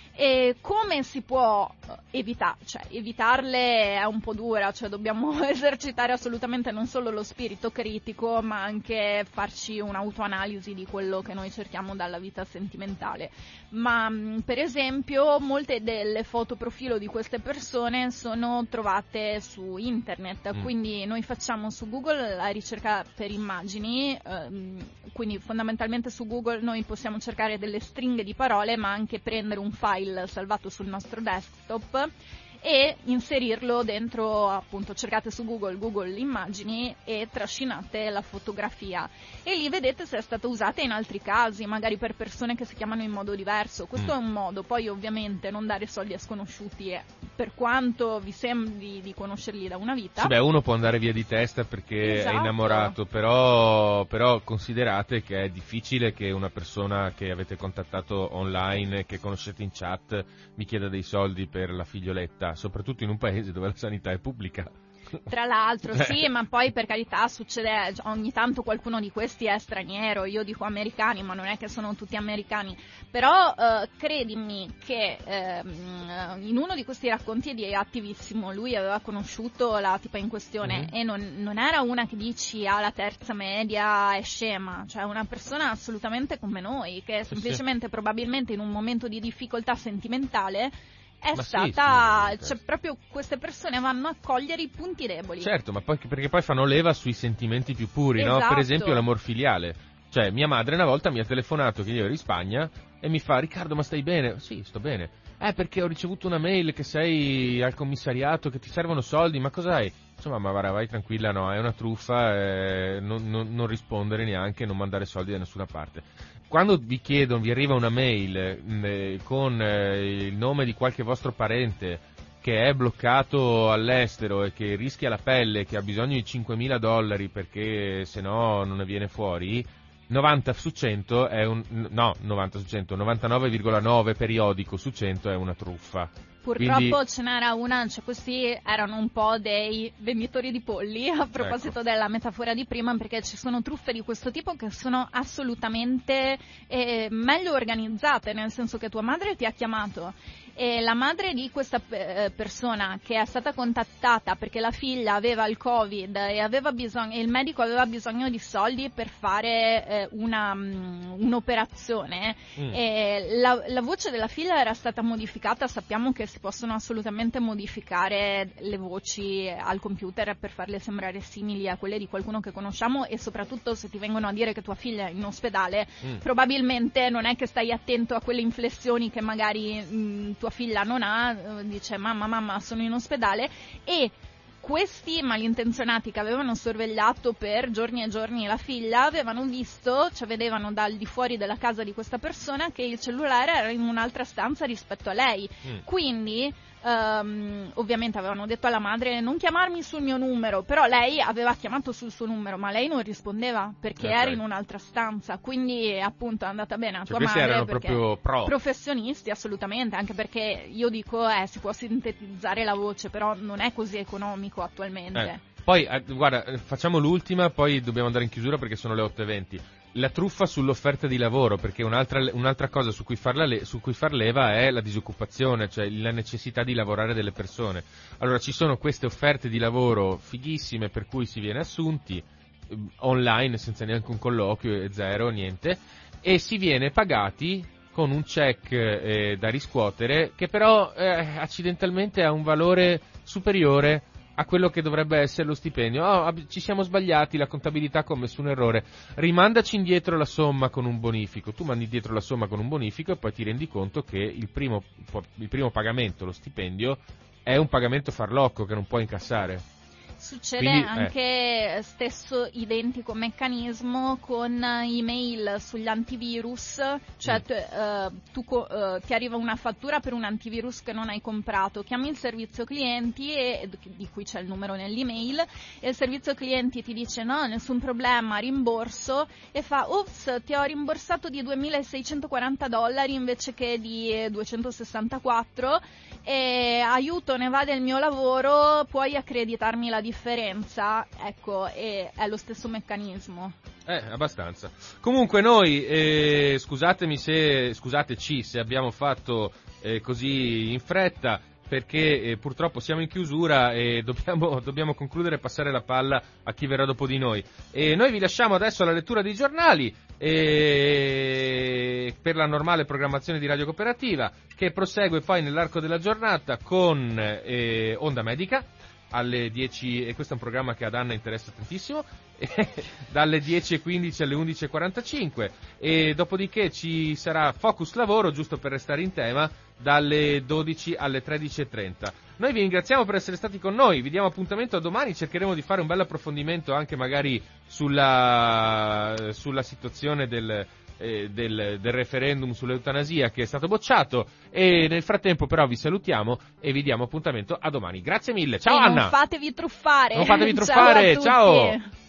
E come si può evitare? Cioè, evitarle è un po' dura, cioè dobbiamo esercitare assolutamente non solo lo spirito critico, ma anche farci un'autoanalisi di quello che noi cerchiamo dalla vita sentimentale. Ma mh, per esempio molte delle foto profilo di queste persone sono trovate su internet, Mm. quindi noi facciamo su Google la ricerca per immagini, ehm, quindi fondamentalmente su Google noi possiamo cercare delle stringhe di parole, ma anche prendere un file salvato sul nostro desktop e inserirlo dentro, appunto, cercate su Google Google immagini e trascinate la fotografia e lì vedete se è stata usata in altri casi, magari per persone che si chiamano in modo diverso. Questo Mm. è un modo. Poi ovviamente non dare soldi a sconosciuti, eh, per quanto vi sembri di conoscerli da una vita. Sì, beh, uno può andare via di testa perché Esatto. è innamorato, però, però considerate che è difficile che una persona che avete contattato online, che conoscete in chat, vi chieda dei soldi per la figlioletta, soprattutto in un paese dove la sanità è pubblica. Tra l'altro, sì, ma poi per carità succede, ogni tanto qualcuno di questi è straniero, io dico americani, ma non è che sono tutti americani, però eh, credimi che ehm, in uno di questi racconti di Attivissimo lui aveva conosciuto la tipa in questione Mhm. e non, non era una che dici ha la terza media, è scema, cioè una persona assolutamente come noi, che Sì, semplicemente probabilmente in un momento di difficoltà sentimentale è Ma sì, stata, sì, cioè proprio queste persone vanno a cogliere i punti deboli. Certo, ma poi perché poi fanno leva sui sentimenti più puri, no? Per Esatto. esempio l'amor filiale. Cioè, mia madre una volta mi ha telefonato che io ero in Spagna e mi fa: Riccardo, ma stai bene? Sì, sto bene. Eh, perché ho ricevuto una mail che sei al commissariato, che ti servono soldi, ma cos'hai? Insomma, ma vai, vai tranquilla, no, è una truffa, eh, non, non, non rispondere neanche, non mandare soldi da nessuna parte. Quando vi chiedono, vi arriva una mail eh, con eh, il nome di qualche vostro parente che è bloccato all'estero e che rischia la pelle, che ha bisogno di cinquemila dollari perché se no non ne viene fuori, novanta su cento è un, no, novanta su cento, novantanove virgola nove periodico su cento è una truffa. Purtroppo Quindi... ce n'era una, cioè questi erano un po' dei venditori di polli, a proposito ecco. della metafora di prima, perché ci sono truffe di questo tipo che sono assolutamente eh, meglio organizzate, nel senso che tua madre ti ha chiamato e la madre di questa eh, persona che è stata contattata perché la figlia aveva il Covid e aveva bisogno, e il medico aveva bisogno di soldi per fare eh, una, um, un'operazione, mm. e la, la voce della figlia era stata modificata. Sappiamo che si possono assolutamente modificare le voci al computer per farle sembrare simili a quelle di qualcuno che conosciamo, e soprattutto se ti vengono a dire che tua figlia è in ospedale, mm. probabilmente non è che stai attento a quelle inflessioni che magari mh, tua figlia non ha, dice mamma mamma sono in ospedale, e questi malintenzionati che avevano sorvegliato per giorni e giorni la figlia avevano visto, cioè vedevano dal di fuori della casa di questa persona che il cellulare era in un'altra stanza rispetto a lei, mm. quindi Um, ovviamente avevano detto alla madre non chiamarmi sul mio numero, però lei aveva chiamato sul suo numero, ma lei non rispondeva perché okay. era in un'altra stanza, quindi appunto è andata bene a cioè, tua madre, erano perché proprio pro. professionisti assolutamente, anche perché io dico eh, si può sintetizzare la voce, però non è così economico attualmente. Eh. Poi eh, guarda, facciamo l'ultima, poi dobbiamo andare in chiusura perché sono le otto e venti. La truffa sull'offerta di lavoro, perché un'altra, un'altra cosa su cui, farla le, su cui far leva è la disoccupazione, cioè la necessità di lavorare delle persone. Allora ci sono queste offerte di lavoro fighissime per cui si viene assunti, eh, online, senza neanche un colloquio, e zero, niente, e si viene pagati con un check eh, da riscuotere che però eh, accidentalmente ha un valore superiore a quello che dovrebbe essere lo stipendio. Oh, ci siamo sbagliati, la contabilità ha commesso un errore, rimandaci indietro la somma con un bonifico. Tu mandi indietro la somma con un bonifico e poi ti rendi conto che il primo, il primo pagamento, lo stipendio, è un pagamento farlocco che non puoi incassare. Succede Quindi, anche eh. stesso identico meccanismo con email sugli antivirus, cioè mm. tu, eh, tu eh, ti arriva una fattura per un antivirus che non hai comprato, chiami il servizio clienti e, di cui c'è il numero nell'email, e il servizio clienti ti dice no, nessun problema, rimborso, e fa ups, ti ho rimborsato di duemilaseicentoquaranta dollari invece che di duecentosessantaquattro, e aiuto, ne va del mio lavoro, puoi accreditarmi la differenza. Ecco, e è lo stesso meccanismo. Eh, abbastanza. Comunque noi, eh, scusatemi se, scusateci se abbiamo fatto eh, così in fretta, perché eh, purtroppo siamo in chiusura e dobbiamo, dobbiamo concludere e passare la palla a chi verrà dopo di noi. E noi vi lasciamo adesso alla lettura dei giornali e per la normale programmazione di Radio Cooperativa, che prosegue poi nell'arco della giornata con eh, Onda Medica alle dieci, e questo è un programma che ad Anna interessa tantissimo, dalle dieci e quindici alle undici e quarantacinque, e dopodiché ci sarà Focus Lavoro, giusto per restare in tema, dalle dodici alle tredici e trenta. Noi vi ringraziamo per essere stati con noi, vi diamo appuntamento a domani, cercheremo di fare un bel approfondimento anche magari sulla, sulla situazione del... Eh, del, del referendum sull'eutanasia che è stato bocciato, e nel frattempo però vi salutiamo e vi diamo appuntamento a domani. Grazie mille, ciao e Anna! Non fatevi truffare! Non fatevi truffare, ciao! ciao.